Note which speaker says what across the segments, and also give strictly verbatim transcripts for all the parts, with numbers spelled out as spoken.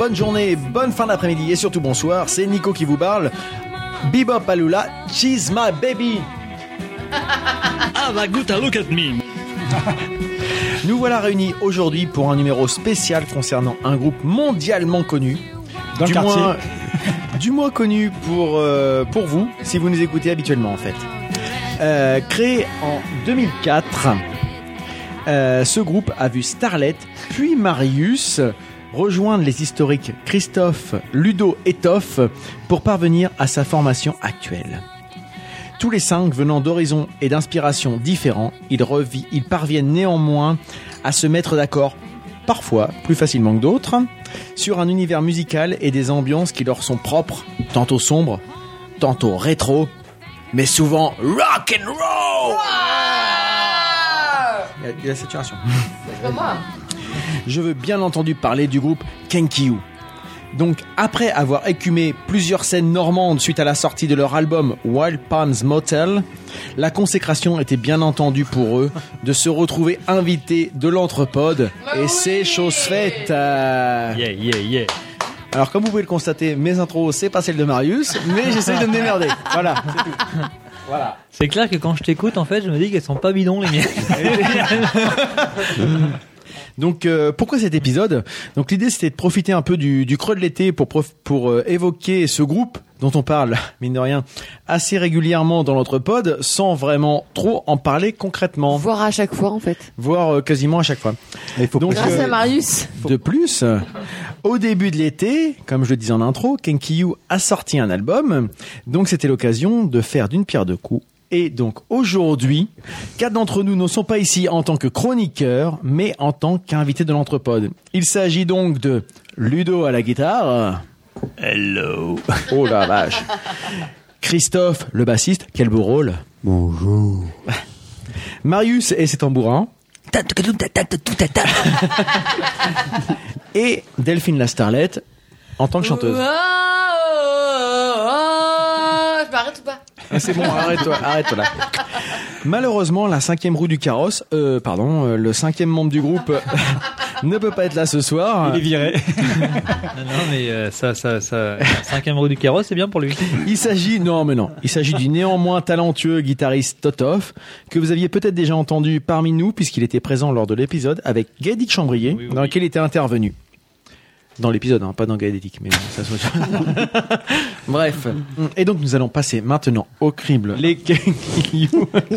Speaker 1: bonne journée, bonne fin d'après-midi et surtout bonsoir. C'est Nico qui vous parle. Bebop Alula, she's my baby.
Speaker 2: Have a good look at me.
Speaker 1: Nous voilà réunis aujourd'hui pour un numéro spécial concernant un groupe mondialement connu.
Speaker 3: Dans
Speaker 1: du
Speaker 3: le quartier.
Speaker 1: moins, du moins connu pour, euh, pour vous, si vous nous écoutez habituellement en fait. Euh, créé en deux mille quatre, euh, ce groupe a vu Starlet, puis Marius rejoindre les historiques Christophe, Ludo et Toff pour parvenir à sa formation actuelle. Tous les cinq venant d'horizons et d'inspirations différents, ils, revi- ils parviennent néanmoins à se mettre d'accord, parfois plus facilement que d'autres, sur un univers musical et des ambiances qui leur sont propres, tantôt sombres, tantôt rétro, mais souvent rock and roll. Il y a, il y a la saturation. Je veux bien entendu parler du groupe Kenkyu. Donc, après avoir écumé plusieurs scènes normandes suite à la sortie de leur album Wild Palms Motel, la consécration était bien entendu pour eux de se retrouver invités de l'Entrepode, et oui, c'est chose faite. Euh...
Speaker 2: Yeah, yeah, yeah.
Speaker 1: Alors, comme vous pouvez le constater, mes intros, c'est pas celle de Marius, mais j'essaie de me démerder. Voilà, c'est tout. Voilà.
Speaker 2: C'est clair que quand je t'écoute, en fait, je me dis qu'elles sont pas bidons les miennes.
Speaker 1: Donc euh, pourquoi cet épisode ? Donc l'idée c'était de profiter un peu du, du creux de l'été pour prof, pour euh, évoquer ce groupe dont on parle mine de rien assez régulièrement dans notre pod sans vraiment trop en parler concrètement.
Speaker 4: Voire à chaque fois en fait.
Speaker 1: Voire euh, quasiment à chaque fois.
Speaker 3: Il faut
Speaker 1: Donc
Speaker 4: grâce
Speaker 1: euh,
Speaker 4: à Marius.
Speaker 1: De plus, au début de l'été, comme je le disais en intro, Kenkyu a sorti un album. Donc c'était l'occasion de faire d'une pierre deux coups. Et donc aujourd'hui, quatre d'entre nous ne sont pas ici en tant que chroniqueurs, mais en tant qu'invités de l'Entrepode. Il s'agit donc de Ludo à la guitare.
Speaker 2: Hello.
Speaker 1: Oh la vache. Christophe, le bassiste. Quel beau rôle.
Speaker 3: Bonjour.
Speaker 1: Marius et ses tambourins. Et Delphine la Starlet en tant que chanteuse.
Speaker 4: Oh, oh, oh, je m'arrête ou pas ?
Speaker 1: Ah, c'est bon, arrête-toi, arrête-toi là. Malheureusement, la cinquième roue du carrosse, euh, pardon, euh, le cinquième membre du groupe euh, ne peut pas être là ce soir.
Speaker 3: Il est viré.
Speaker 2: Non, non, mais euh, ça, ça, ça, la cinquième roue du carrosse, c'est bien pour lui.
Speaker 1: Il s'agit, non, mais non, il s'agit du néanmoins talentueux guitariste Totov, que vous aviez peut-être déjà entendu parmi nous, puisqu'il était présent lors de l'épisode avec Gaëdic Chambrier,
Speaker 2: Oui, oui.
Speaker 1: dans lequel il était intervenu. Dans l'épisode, hein, pas dans Gaëdic, mais ça se Bref. Et donc, nous allons passer maintenant au crible. Les Kenkyu.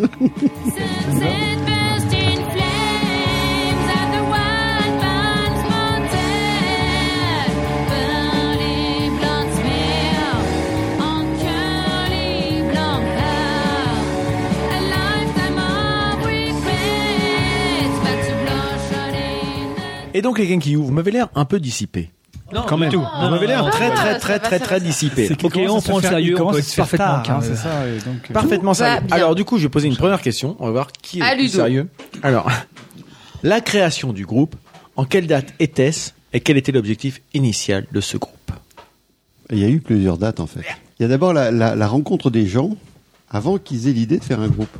Speaker 1: Et donc les Kenkyu, vous m'avez l'air un peu dissipé.
Speaker 2: Non,
Speaker 1: Quand même.
Speaker 2: du tout.
Speaker 1: Vous
Speaker 2: Non,
Speaker 1: m'avez l'air
Speaker 2: non,
Speaker 1: très
Speaker 2: non,
Speaker 1: très
Speaker 4: ça
Speaker 1: très
Speaker 4: va,
Speaker 1: très
Speaker 4: ça
Speaker 1: très
Speaker 4: va.
Speaker 1: dissipé.
Speaker 3: C'est
Speaker 2: Ok, on prend le sérieux, on peut être parfaitement
Speaker 3: hein,
Speaker 2: calme.
Speaker 3: c'est ça. Et donc, euh,
Speaker 1: Parfaitement
Speaker 4: Tout va
Speaker 1: sérieux.
Speaker 4: bien.
Speaker 1: Alors du coup, je vais poser une première question. On va voir qui est
Speaker 4: À
Speaker 1: le plus
Speaker 4: Ludo.
Speaker 1: sérieux. Alors, la création du groupe, en quelle date était-ce et quel était l'objectif initial de ce groupe ?
Speaker 5: Il y a eu plusieurs dates en fait. Il y a d'abord la, la, la rencontre des gens avant qu'ils aient l'idée de faire un groupe.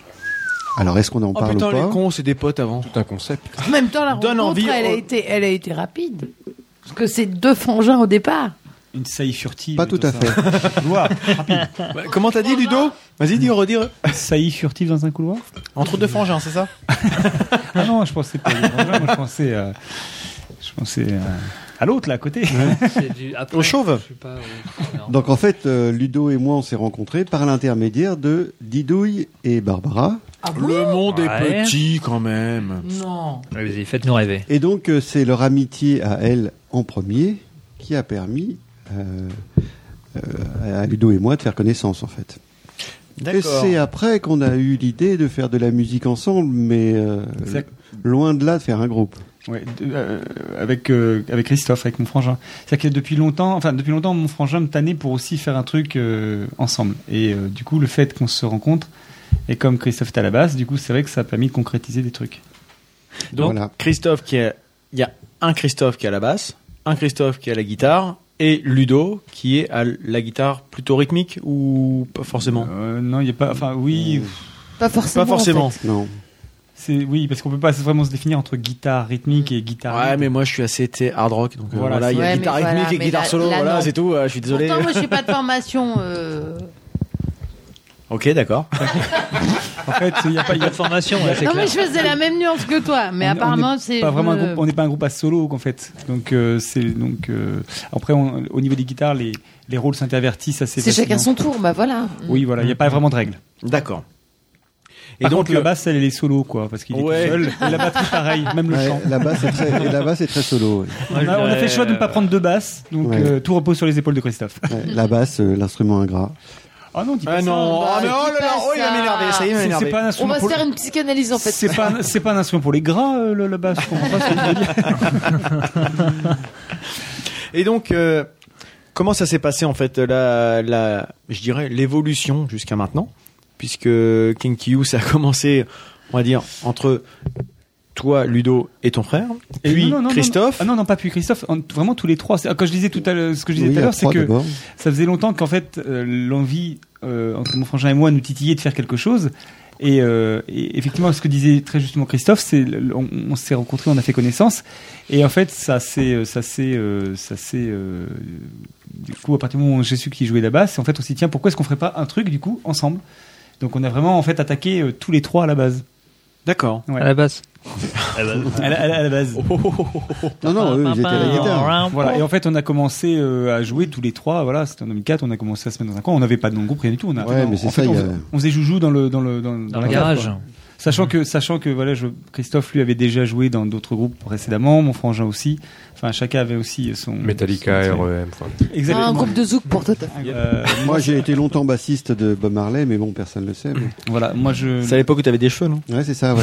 Speaker 5: Alors est-ce qu'on en
Speaker 1: Oh
Speaker 5: parle
Speaker 1: putain,
Speaker 5: ou pas
Speaker 1: les cons, c'est des potes avant.
Speaker 5: Tout un concept.
Speaker 4: En même temps, la
Speaker 1: Donne
Speaker 4: rencontre,
Speaker 1: envie
Speaker 4: elle, a
Speaker 1: au-
Speaker 4: été, elle a été rapide. Parce que c'est deux frangins au départ.
Speaker 3: une saillie furtive.
Speaker 5: Pas tout à
Speaker 3: ça.
Speaker 5: fait.
Speaker 3: Couloir, rapide.
Speaker 1: Bah, comment t'as dit, Ludo ? Vas-y, dis, redis.
Speaker 3: Une saillie furtive dans un couloir.
Speaker 1: Entre deux frangins, c'est ça ?
Speaker 3: Ah non, je pensais pas. Moi, je pensais, euh, je pensais euh, à l'autre là à côté.
Speaker 2: C'est du- après,
Speaker 1: Au chauve.
Speaker 2: je sais pas, oui. Non.
Speaker 5: Donc en fait, euh, Ludo et moi on s'est rencontrés par l'intermédiaire de Didouille et Barbara.
Speaker 1: Le monde
Speaker 2: Ouais.
Speaker 1: est petit quand même.
Speaker 4: Non.
Speaker 2: Vas-y, faites-nous rêver.
Speaker 5: Et donc euh, c'est leur amitié à elle en premier qui a permis euh, euh, à Ludo et moi de faire connaissance en fait. Et c'est après qu'on a eu l'idée de faire de la musique ensemble, mais euh,
Speaker 3: C'est-
Speaker 5: loin de là de faire un groupe.
Speaker 3: Ouais, de- euh, avec euh, avec Christophe, avec mon frangin. C'est-à-dire que depuis longtemps, enfin depuis longtemps, mon frangin me tannait pour aussi faire un truc euh, ensemble. Et euh, du coup, le fait qu'on se rencontre, et comme Christophe est à la base, du coup, c'est vrai que ça a permis de concrétiser des trucs.
Speaker 1: Donc,
Speaker 5: Voilà.
Speaker 1: Christophe qui est, il y a un Christophe qui est à la basse, un Christophe qui est à la guitare, et Ludo qui est à la guitare plutôt rythmique ou pas forcément.
Speaker 3: Euh, non, il y a pas. Enfin, oui.
Speaker 5: Mmh.
Speaker 4: Pas forcément.
Speaker 1: Pas forcément.
Speaker 4: en fait.
Speaker 5: Non.
Speaker 3: C'est, oui, parce qu'on peut pas vraiment se définir entre guitare rythmique et guitare.
Speaker 1: Ouais,
Speaker 3: lead.
Speaker 1: mais moi je suis assez t- hard rock, donc euh,
Speaker 3: Voilà,
Speaker 1: voilà, il y a
Speaker 6: ouais,
Speaker 1: guitare
Speaker 6: mais
Speaker 1: rythmique
Speaker 6: voilà,
Speaker 1: et
Speaker 6: mais
Speaker 1: guitare
Speaker 6: là-
Speaker 1: solo,
Speaker 6: là,
Speaker 1: voilà,
Speaker 6: non.
Speaker 1: c'est tout. euh, je suis désolé.
Speaker 6: Pourtant, moi, j'ai pas de formation. Euh...
Speaker 1: Ok, d'accord.
Speaker 3: En fait, il y a pas, il y
Speaker 2: Pas
Speaker 3: a
Speaker 2: de formation, ouais, c'est
Speaker 6: Non,
Speaker 2: clair.
Speaker 6: mais je faisais la même nuance que toi. Mais
Speaker 3: on- on
Speaker 6: apparemment,
Speaker 3: n'est
Speaker 6: c'est.
Speaker 3: pas vraiment un
Speaker 6: euh,
Speaker 3: groupe, on n'est pas un groupe à solo en fait. Donc euh, c'est donc euh, après on- au niveau des guitares, les les rôles s'intervertissent assez.
Speaker 6: C'est chacun
Speaker 3: facilement.
Speaker 6: son tour, bah voilà.
Speaker 3: Oui, voilà, il n'y a pas vraiment de règles.
Speaker 1: D'accord. Et
Speaker 3: Par
Speaker 1: donc
Speaker 3: contre, la
Speaker 1: euh,
Speaker 3: basse, elle, elle est solo, quoi, parce qu'il est
Speaker 1: Ouais.
Speaker 3: tout seul. Et la batterie, pareil, même le
Speaker 5: Ouais,
Speaker 3: chant.
Speaker 5: la basse est très, et la basse est très solo. ouais.
Speaker 2: Moi,
Speaker 3: On
Speaker 2: je
Speaker 3: a, on a
Speaker 2: dirais,
Speaker 3: fait le choix de ne pas prendre deux basses, donc
Speaker 5: Ouais.
Speaker 3: euh, tout repose sur les épaules de Christophe.
Speaker 5: Ouais, la basse, euh, l'instrument ingrat.
Speaker 3: Ah non, dis pas
Speaker 1: Ah
Speaker 3: ça.
Speaker 1: non,
Speaker 6: bah,
Speaker 1: ah, mais oh
Speaker 6: dis
Speaker 1: là là,
Speaker 6: pas
Speaker 1: oh il va
Speaker 6: ça.
Speaker 1: m'énerver, ça y est, il va
Speaker 3: C'est, c'est
Speaker 1: m'énerver.
Speaker 3: pas un
Speaker 6: On
Speaker 3: instrument
Speaker 6: va se
Speaker 3: pour
Speaker 6: faire une psychanalyse en fait.
Speaker 3: c'est pas un- c'est pas un instrument pour les gras, euh, le- la basse. Je comprends pas ce que tu veux dire.
Speaker 1: Et donc, euh, comment ça s'est passé en fait, la, la, je dirais l'évolution jusqu'à maintenant, puisque Kinky You, ça a commencé, on va dire, entre toi, Ludo et ton frère,
Speaker 3: Et
Speaker 1: puis
Speaker 3: non, non, non,
Speaker 1: Christophe.
Speaker 3: Non, ah non, non, pas puis Christophe. En- vraiment tous les trois. C'est- Quand je disais tout à l'heure, ce que je disais
Speaker 5: Oui,
Speaker 3: tout à
Speaker 5: à
Speaker 3: l'heure, c'est
Speaker 5: trois,
Speaker 3: que
Speaker 5: d'abord.
Speaker 3: ça faisait longtemps qu'en fait euh, l'envie euh, entre mon frangin et moi nous titillait de faire quelque chose. Et, euh, et effectivement, ce que disait très justement Christophe, c'est le- on, on s'est rencontrés, on a fait connaissance, et en fait, ça c'est ça c'est euh, ça c'est euh, du coup à partir du moment où j'ai su qu'il jouait la basse, en fait, on s'est dit tiens, pourquoi est-ce qu'on ferait pas un truc du coup ensemble? Donc on a vraiment en fait attaqué euh, tous les trois à la base.
Speaker 1: D'accord.
Speaker 3: Ouais.
Speaker 2: À la basse.
Speaker 3: À la, à la- à la base.
Speaker 5: Non, non, eux, ils étaient à la guitare.
Speaker 3: Voilà, et en fait, on a commencé euh, à jouer tous les trois. Voilà, c'était en deux mille quatre. On a commencé à se mettre dans un coin. On n'avait pas de nom de groupe, rien du tout. On a,
Speaker 5: Ouais,
Speaker 3: on-
Speaker 5: mais c'est
Speaker 3: en
Speaker 5: ça,
Speaker 3: fait,
Speaker 5: il
Speaker 3: on,
Speaker 5: y a-
Speaker 3: faisait- on faisait joujou dans le dans le dans,
Speaker 2: Dans
Speaker 3: la
Speaker 2: le
Speaker 3: cave,
Speaker 2: garage.
Speaker 3: quoi. Sachant que sachant que voilà, je, Christophe lui avait déjà joué dans d'autres groupes précédemment. Mon frangin aussi. Enfin, chacun avait aussi son
Speaker 7: Metallica,
Speaker 3: son-
Speaker 7: R E M. enfin.
Speaker 6: Ah,
Speaker 3: Exactement.
Speaker 6: un groupe de zouk pour toi.
Speaker 3: Euh,
Speaker 5: Moi, j'ai été longtemps bassiste de Bob Marley, mais bon, personne ne le sait. mais-
Speaker 3: voilà, moi je.
Speaker 1: C'est à l'époque où t'avais des cheveux, non?
Speaker 5: Ouais, c'est ça, ouais.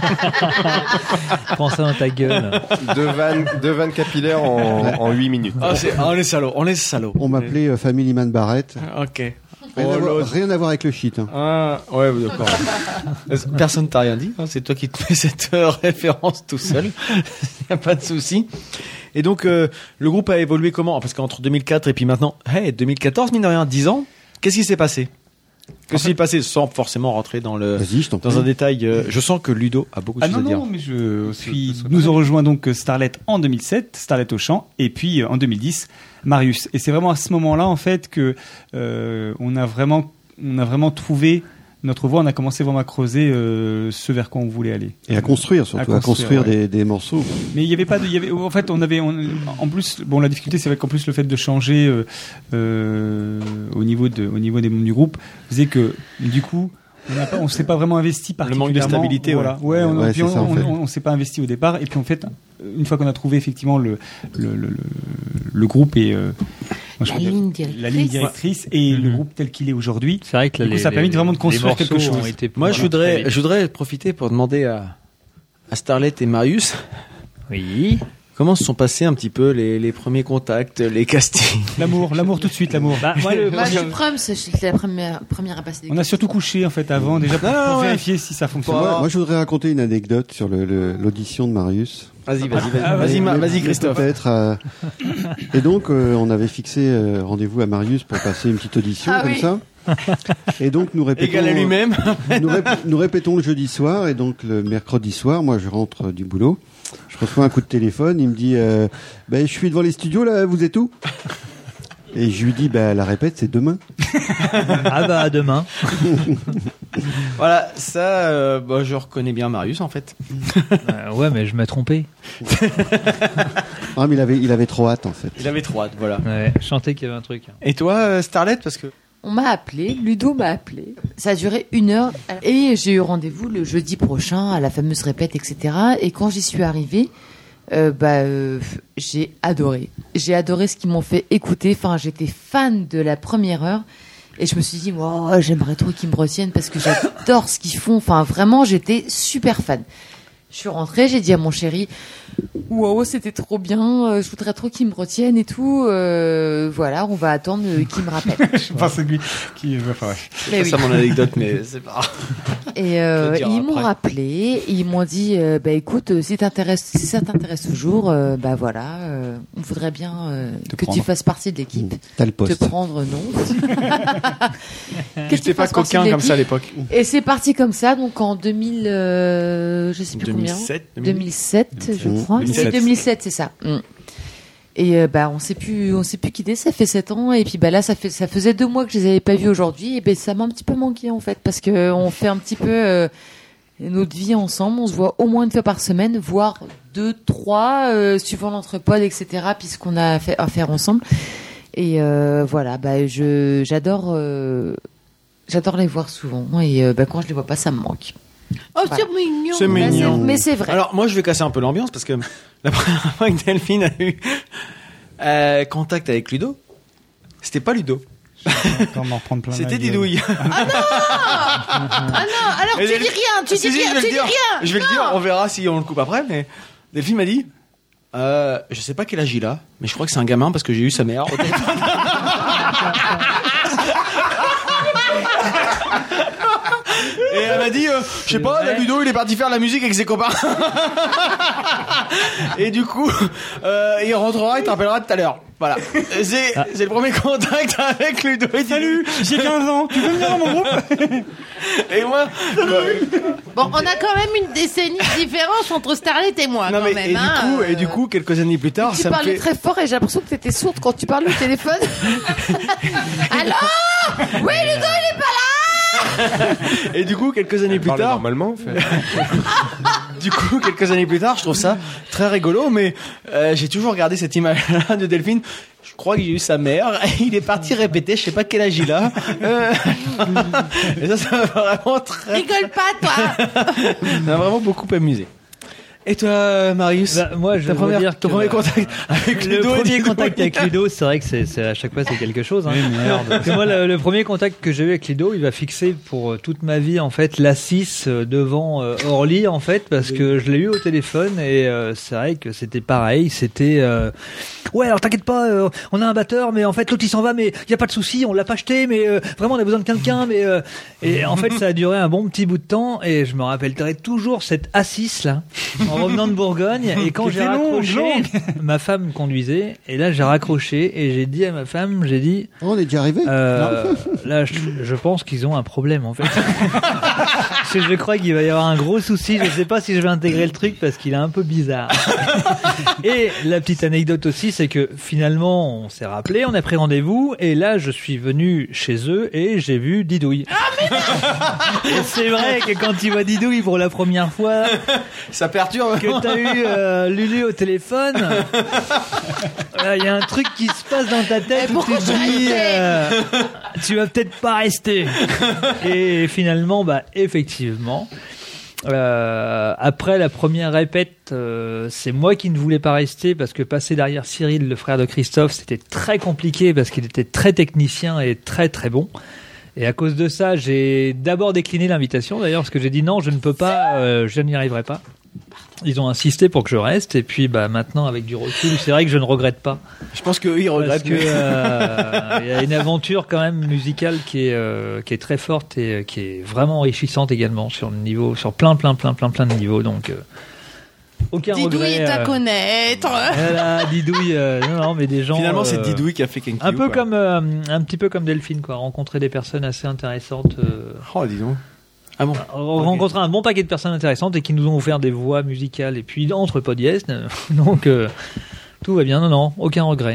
Speaker 2: Prends ça dans ta gueule.
Speaker 7: Deux vannes, deux vannes capillaires en,
Speaker 5: Ouais.
Speaker 7: en huit minutes.
Speaker 1: Ah, c'est, ah, on est salauds, on est salauds.
Speaker 5: On m'appelait euh, Family Man Barrett.
Speaker 1: Ok.
Speaker 5: Rien,
Speaker 1: Oh,
Speaker 5: à voir,
Speaker 1: l'autre.
Speaker 5: rien à voir avec le shit. hein.
Speaker 1: Ah, ouais, d'accord. Personne t'a rien dit, hein, c'est toi qui te fais cette euh, référence tout seul. Y a pas de souci. Et donc, euh, le groupe a évolué comment? Parce qu'entre deux mille quatre et puis maintenant, hey, deux mille quatorze, mine de rien, dix ans, qu'est-ce qui s'est passé? Qu'est-ce qui s'est passé sans forcément rentrer dans le,
Speaker 5: Vas-y, je t'en
Speaker 1: dans
Speaker 5: prie.
Speaker 1: un détail, euh, je sens que Ludo a beaucoup de
Speaker 3: Ah
Speaker 1: choses
Speaker 3: non,
Speaker 1: à dire.
Speaker 3: non, mais je suis. Nous ont rejoint donc Starlet en deux mille sept, Starlet au chant, et puis euh, en deux mille dix, Marius. Et c'est vraiment à ce moment-là, en fait, que euh, on a vraiment, on a vraiment trouvé notre voie. On a commencé vraiment à creuser euh, ce vers quoi on voulait aller.
Speaker 5: Et à construire, surtout,
Speaker 3: À
Speaker 5: à construire,
Speaker 3: construire, ouais.
Speaker 5: des, des morceaux.
Speaker 3: Mais il y avait pas de, il y avait, en fait, on avait, on- en plus, bon, la difficulté, c'est vrai qu'en plus le fait de changer euh, euh, au niveau de, au niveau des membres du groupe, faisait que, du coup, on n'a pas, on s'est pas vraiment investi
Speaker 1: Le
Speaker 3: particulièrement.
Speaker 1: manque de stabilité,
Speaker 3: voilà. Ouais, on,
Speaker 5: Ouais,
Speaker 3: puis
Speaker 5: c'est
Speaker 3: on,
Speaker 5: ça, en
Speaker 3: on-
Speaker 5: fait.
Speaker 3: on- on s'est pas investi au départ, et puis en fait, une fois qu'on a trouvé effectivement le, le, le, le, le groupe et euh, moi, je
Speaker 6: La
Speaker 3: crois que-
Speaker 6: ligne directrice.
Speaker 3: la ligne directrice et le
Speaker 2: Mhm.
Speaker 3: groupe tel qu'il est aujourd'hui.
Speaker 2: C'est vrai que là,
Speaker 3: Du coup,
Speaker 2: les,
Speaker 3: ça a permis
Speaker 2: les-
Speaker 3: vraiment de construire
Speaker 2: les
Speaker 3: quelque
Speaker 2: morceaux
Speaker 3: chose.
Speaker 2: ont été
Speaker 1: Moi, je
Speaker 2: très
Speaker 1: voudrais,
Speaker 2: vite.
Speaker 1: je voudrais profiter pour demander à, à Starlet et Marius
Speaker 2: Oui.
Speaker 1: comment se sont passés un petit peu les, les premiers contacts, les castings.
Speaker 3: L'amour, l'amour tout de suite, l'amour.
Speaker 2: Bah, moi, le,
Speaker 6: Moi, je suis Prums, c'est la première, première à passer des
Speaker 3: On a surtout couché en fait avant déjà pour,
Speaker 1: Non, non,
Speaker 3: pour
Speaker 1: ouais.
Speaker 3: vérifier si ça fonctionne.
Speaker 5: Moi, moi, je voudrais raconter une anecdote sur le- le- l'audition de Marius.
Speaker 1: Vas-y, vas-y, vas-y,
Speaker 3: Ah,
Speaker 1: vas-y,
Speaker 5: Mais-
Speaker 1: Ma-
Speaker 5: mais-
Speaker 1: vas-y,
Speaker 5: mais
Speaker 1: Christophe.
Speaker 5: Peut-être. euh, Et donc, euh, on avait fixé euh, rendez-vous à Marius pour passer une petite audition
Speaker 6: Ah
Speaker 5: comme
Speaker 6: oui.
Speaker 5: ça. Et donc, nous répétons.
Speaker 1: Égal à lui-même.
Speaker 5: nous, rép- nous répétons le jeudi soir et donc le mercredi soir, moi je rentre euh, du boulot, je reçois un coup de téléphone, il me dit euh, ben, je suis devant les studios là, vous êtes où? Et je lui dis ben, la répète c'est demain.
Speaker 2: ah bah, à demain.
Speaker 1: Voilà, ça, euh, bah, je reconnais bien Marius en fait.
Speaker 2: Euh, ouais, mais je m'ai trompé.
Speaker 5: Ah mais il avait, il avait trop hâte en fait.
Speaker 1: Il avait trop hâte, voilà.
Speaker 2: Ouais, je sentais qu'il y avait un truc.
Speaker 1: Et toi, euh, Starlet, parce que
Speaker 6: On m'a appelé, Ludo m'a appelé. Ça a duré une heure et j'ai eu rendez-vous le jeudi prochain à la fameuse répète, et cetera. Et quand j'y suis arrivée, euh, bah, euh, j'ai adoré. J'ai adoré ce qu'ils m'ont fait écouter. Enfin, j'étais fan de la première heure et je me suis dit, oh, j'aimerais trop qu'ils me retiennent parce que j'adore ce qu'ils font. Enfin, vraiment, j'étais super fan. Je suis rentrée, j'ai dit à mon chéri, Wow, c'était trop bien. euh, Je voudrais trop qu'ils me retiennent et tout. euh, Voilà, on va attendre euh, qu'ils me rappellent.
Speaker 3: Je pense que lui qui. Enfin, ouais.
Speaker 6: Mais
Speaker 1: C'est
Speaker 6: oui.
Speaker 1: ça mon anecdote, mais c'est pas.
Speaker 6: Et euh,
Speaker 1: Je te dirai
Speaker 6: ils m'ont
Speaker 1: après.
Speaker 6: rappelé, ils m'ont dit, euh, bah écoute, euh, si t'intéresse, si ça t'intéresse toujours, euh, bah voilà, euh, on voudrait bien euh,
Speaker 3: Te
Speaker 6: que
Speaker 3: prendre.
Speaker 6: tu fasses partie de l'équipe.
Speaker 5: T'as le
Speaker 6: Te
Speaker 5: poste.
Speaker 6: prendre, non. Que tu
Speaker 1: J'étais pas
Speaker 6: fasses partie de
Speaker 1: coquin comme ça à
Speaker 6: l'équipe.
Speaker 1: l'époque.
Speaker 6: Et c'est parti comme ça, donc en deux mille, euh, je sais plus
Speaker 1: deux mille
Speaker 6: combien.
Speaker 1: sept,
Speaker 6: deux mille sept, je
Speaker 5: Mmh.
Speaker 6: crois.
Speaker 3: deux mille
Speaker 6: C'est
Speaker 3: sept.
Speaker 6: deux mille sept, c'est ça. Mm. Et euh, bah on s'est plus, on s'est plus quitté. Ça fait sept ans et puis bah là ça fait, ça faisait deux mois que je les avais pas vus aujourd'hui et ben ça m'a un petit peu manqué en fait parce que on fait un petit peu euh, notre vie ensemble. On se voit au moins une fois par semaine, voire deux, trois, euh, suivant l'entrepode, et cetera. Puisqu'on a fait à faire ensemble. Et euh, voilà, bah je, j'adore, euh, j'adore les voir souvent et euh, bah quand je les vois pas, ça me manque.
Speaker 4: Oh,
Speaker 6: Voilà.
Speaker 4: c'est mignon.
Speaker 1: C'est
Speaker 6: Bah,
Speaker 1: mignon.
Speaker 6: c'est- mais c'est vrai.
Speaker 1: Alors moi je vais casser un peu l'ambiance parce que la première fois que Delphine a eu euh, contact avec Ludo, c'était pas Ludo,
Speaker 3: Quand on en reprend plein la
Speaker 1: c'était
Speaker 3: gueule.
Speaker 1: Didouille.
Speaker 4: Ah non, alors
Speaker 1: Mais
Speaker 4: tu
Speaker 1: Del-
Speaker 4: dis rien, tu
Speaker 1: Si,
Speaker 4: dis
Speaker 1: si,
Speaker 4: rien,
Speaker 1: je vais
Speaker 4: tu
Speaker 1: le
Speaker 4: dis
Speaker 1: dire.
Speaker 4: rien.
Speaker 1: Je vais le dire, on verra si on le coupe après, mais Delphine m'a dit euh, je sais pas quel âge il a, mais je crois que c'est un gamin parce que j'ai eu sa mère au téléphone. Et elle m'a dit, euh, je sais pas,
Speaker 2: vrai.
Speaker 1: Ludo il est parti faire la musique avec ses copains. Et du coup, euh, il rentrera, il te rappellera tout à l'heure. Voilà. C'est c'est le premier contact avec Ludo. Et salut,
Speaker 3: J'ai quinze ans, tu veux venir dans mon groupe?
Speaker 1: Et moi, bah,
Speaker 4: Bon, on a quand même une décennie de différence entre Starlet et moi,
Speaker 1: non
Speaker 4: quand
Speaker 1: mais
Speaker 4: même.
Speaker 1: et du
Speaker 4: hein,
Speaker 1: coup, et du
Speaker 4: euh.
Speaker 1: coup, quelques années plus tard,
Speaker 6: Tu
Speaker 1: ça me
Speaker 6: parlais
Speaker 1: fait.
Speaker 6: très fort et j'ai l'impression que t'étais sourde quand tu parles au téléphone.
Speaker 4: Alors Oui, Ludo, il est pas là.
Speaker 1: Et du coup, quelques années plus
Speaker 7: Parle
Speaker 1: tard,
Speaker 7: normalement, en fait.
Speaker 1: du coup, quelques années plus tard, je trouve ça très rigolo, mais euh, j'ai toujours gardé cette image-là de Delphine. Je crois qu'il a eu sa mère, et il est parti répéter, je sais pas quel âge il a. Euh, et ça, ça m'a vraiment très,
Speaker 4: Rigole pas, toi.
Speaker 1: ça m'a vraiment beaucoup amusé. Et toi, Marius,
Speaker 2: Bah, moi, je
Speaker 1: ta
Speaker 2: veux
Speaker 1: première,
Speaker 2: dire
Speaker 1: ton
Speaker 2: que,
Speaker 1: premier
Speaker 2: euh,
Speaker 1: contact avec
Speaker 2: Le
Speaker 1: Ludo et
Speaker 2: premier
Speaker 1: Ludo.
Speaker 2: contact avec Ludo, c'est vrai que c'est, c'est à chaque fois c'est quelque chose. Hein.
Speaker 3: Mais merde.
Speaker 2: Parce que moi, le, le premier contact que j'ai eu avec Ludo, il va fixer pour euh, toute ma vie en fait l'A six euh, devant euh, Orly en fait, parce que je l'ai eu au téléphone et euh, c'est vrai que c'était pareil. C'était euh, ouais, alors t'inquiète pas, euh, on a un batteur, mais en fait l'autre il s'en va, mais il y a pas de souci, on l'a pas acheté, mais euh, vraiment on a besoin de quelqu'un, mais euh, et en fait ça a duré un bon petit bout de temps et je me rappellerai toujours cette A six là en revenant de Bourgogne. Et quand
Speaker 3: Qui
Speaker 2: j'ai
Speaker 3: était longue,
Speaker 2: raccroché,
Speaker 3: longue.
Speaker 2: ma femme conduisait, et là j'ai raccroché et j'ai dit à ma femme, j'ai dit,
Speaker 5: On est déjà arrivé.
Speaker 2: euh, là je, je pense qu'ils ont un problème en fait. Parce que je crois qu'il va y avoir un gros souci. Je sais pas si je vais intégrer le truc parce qu'il est un peu bizarre. Et la petite anecdote aussi, c'est que finalement on s'est rappelé, on a pris rendez-vous, et là je suis venu chez eux et j'ai vu Didouille. Et c'est vrai que quand tu vois Didouille pour la première fois,
Speaker 1: Ça perturbe.
Speaker 2: que t'as eu euh, Lulu au téléphone, il y a un truc qui se passe dans ta tête
Speaker 4: Eh,
Speaker 2: où tu
Speaker 4: pourquoi
Speaker 2: te
Speaker 4: tu
Speaker 2: dis
Speaker 4: restais
Speaker 2: euh, tu vas peut-être pas rester. Et finalement, bah effectivement, euh, après la première répète, euh, c'est moi qui ne voulais pas rester parce que passer derrière Cyril, le frère de Christophe, c'était très compliqué parce qu'il était très technicien et très très bon. Et à cause de ça, j'ai d'abord décliné l'invitation d'ailleurs parce que j'ai dit non, je ne peux pas, euh, je n'y arriverai pas. Ils ont insisté pour que je reste et puis bah maintenant avec du recul, c'est vrai que je ne regrette pas
Speaker 1: Je pense qu'eux, ils
Speaker 2: parce
Speaker 1: regrettent.
Speaker 2: que
Speaker 1: mais-
Speaker 2: euh, il y a une aventure quand même musicale qui est euh, qui est très forte et euh, qui est vraiment enrichissante également sur le niveau, sur plein plein plein plein plein de niveaux. Donc euh, aucun
Speaker 4: Didouille
Speaker 2: regret.
Speaker 4: est à
Speaker 2: euh,
Speaker 4: connaître.
Speaker 2: voilà, Didouille, euh, non non mais des gens.
Speaker 1: Finalement,
Speaker 2: euh,
Speaker 1: c'est Didouille qui a fait Kenki.
Speaker 2: un peu
Speaker 1: quoi.
Speaker 2: comme euh, un petit peu comme Delphine quoi, rencontrer des personnes assez intéressantes. Euh,
Speaker 1: Oh, dis donc. Ah bon.
Speaker 2: rencontrer un bon paquet de personnes intéressantes et qui nous ont offert des voix musicales et puis entre podiestes. Donc euh, tout va bien, non non, aucun regret.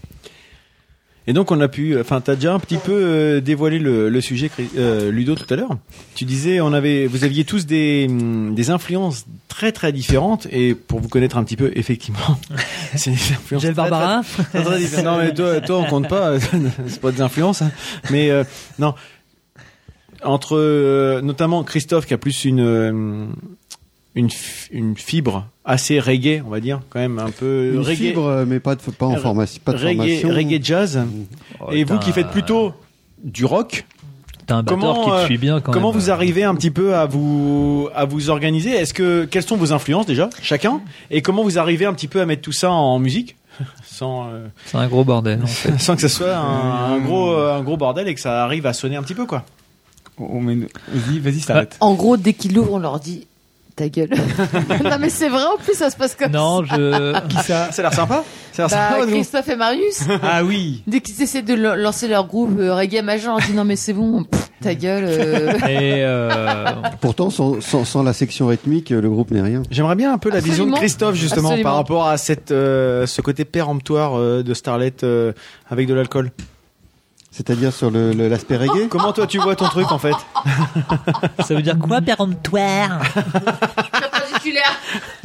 Speaker 1: Et donc on a pu, enfin t'as déjà un petit peu euh, dévoilé le, le sujet euh, Ludo tout à l'heure. Tu disais on avait, vous aviez tous des hum, des influences très très différentes et pour vous connaître un petit peu effectivement, c'est des influences
Speaker 2: Gilles
Speaker 1: très,
Speaker 2: Barbara.
Speaker 1: très, très, très différentes. Non mais toi, toi on compte pas, c'est pas des influences, hein. Mais euh, non entre euh, notamment Christophe qui a plus une euh, une f- une fibre assez reggae on va dire quand même un peu
Speaker 5: Une
Speaker 1: reggae.
Speaker 5: fibre, euh, mais pas de, pas en
Speaker 1: Re-
Speaker 5: formation, pas de
Speaker 1: reggae,
Speaker 5: formation.
Speaker 1: reggae jazz.
Speaker 2: Oh,
Speaker 1: Et vous
Speaker 2: putain.
Speaker 1: qui faites plutôt du rock,
Speaker 2: T'as un batteur
Speaker 1: Comment,
Speaker 2: qui te
Speaker 1: euh,
Speaker 2: suit bien quand
Speaker 1: Comment
Speaker 2: même.
Speaker 1: vous arrivez un petit peu à vous à vous organiser? Est-ce que quelles sont vos influences déjà chacun, et comment vous arrivez un petit peu à mettre tout ça en musique sans euh,
Speaker 2: C'est un gros bordel en fait.
Speaker 1: sans que ça soit un, un gros un gros bordel et que ça arrive à sonner un petit peu quoi.
Speaker 3: Oh, mais vas-y, vas-y, s'arrête.
Speaker 6: En gros, dès qu'il ouvre, on leur dit ta gueule. Non mais c'est vrai, en plus ça se passe comme
Speaker 2: Non,
Speaker 6: ça.
Speaker 2: je.
Speaker 3: Qui ça?
Speaker 1: Ça a l'air sympa. Ça a l'air
Speaker 6: Bah,
Speaker 1: sympa. nous.
Speaker 6: Christophe et Marius,
Speaker 3: Ah oui.
Speaker 6: dès qu'ils essaient de lo- lancer leur groupe euh, reggae major, on leur dit non mais c'est bon, pff, ta gueule. euh.
Speaker 2: Et euh,
Speaker 5: Pourtant, sans, sans, sans la section rythmique, le groupe n'est rien.
Speaker 1: J'aimerais bien un peu la vision de
Speaker 6: Absolument.
Speaker 1: Christophe justement
Speaker 6: Absolument.
Speaker 1: par rapport à cette euh, ce côté péremptoire euh, de Starlet euh, avec de l'alcool.
Speaker 5: C'est-à-dire sur le, le- l'aspect reggae.
Speaker 1: Comment toi tu vois ton truc en fait?
Speaker 2: ça veut dire quoi, péremptoire?
Speaker 6: Perpendiculaire.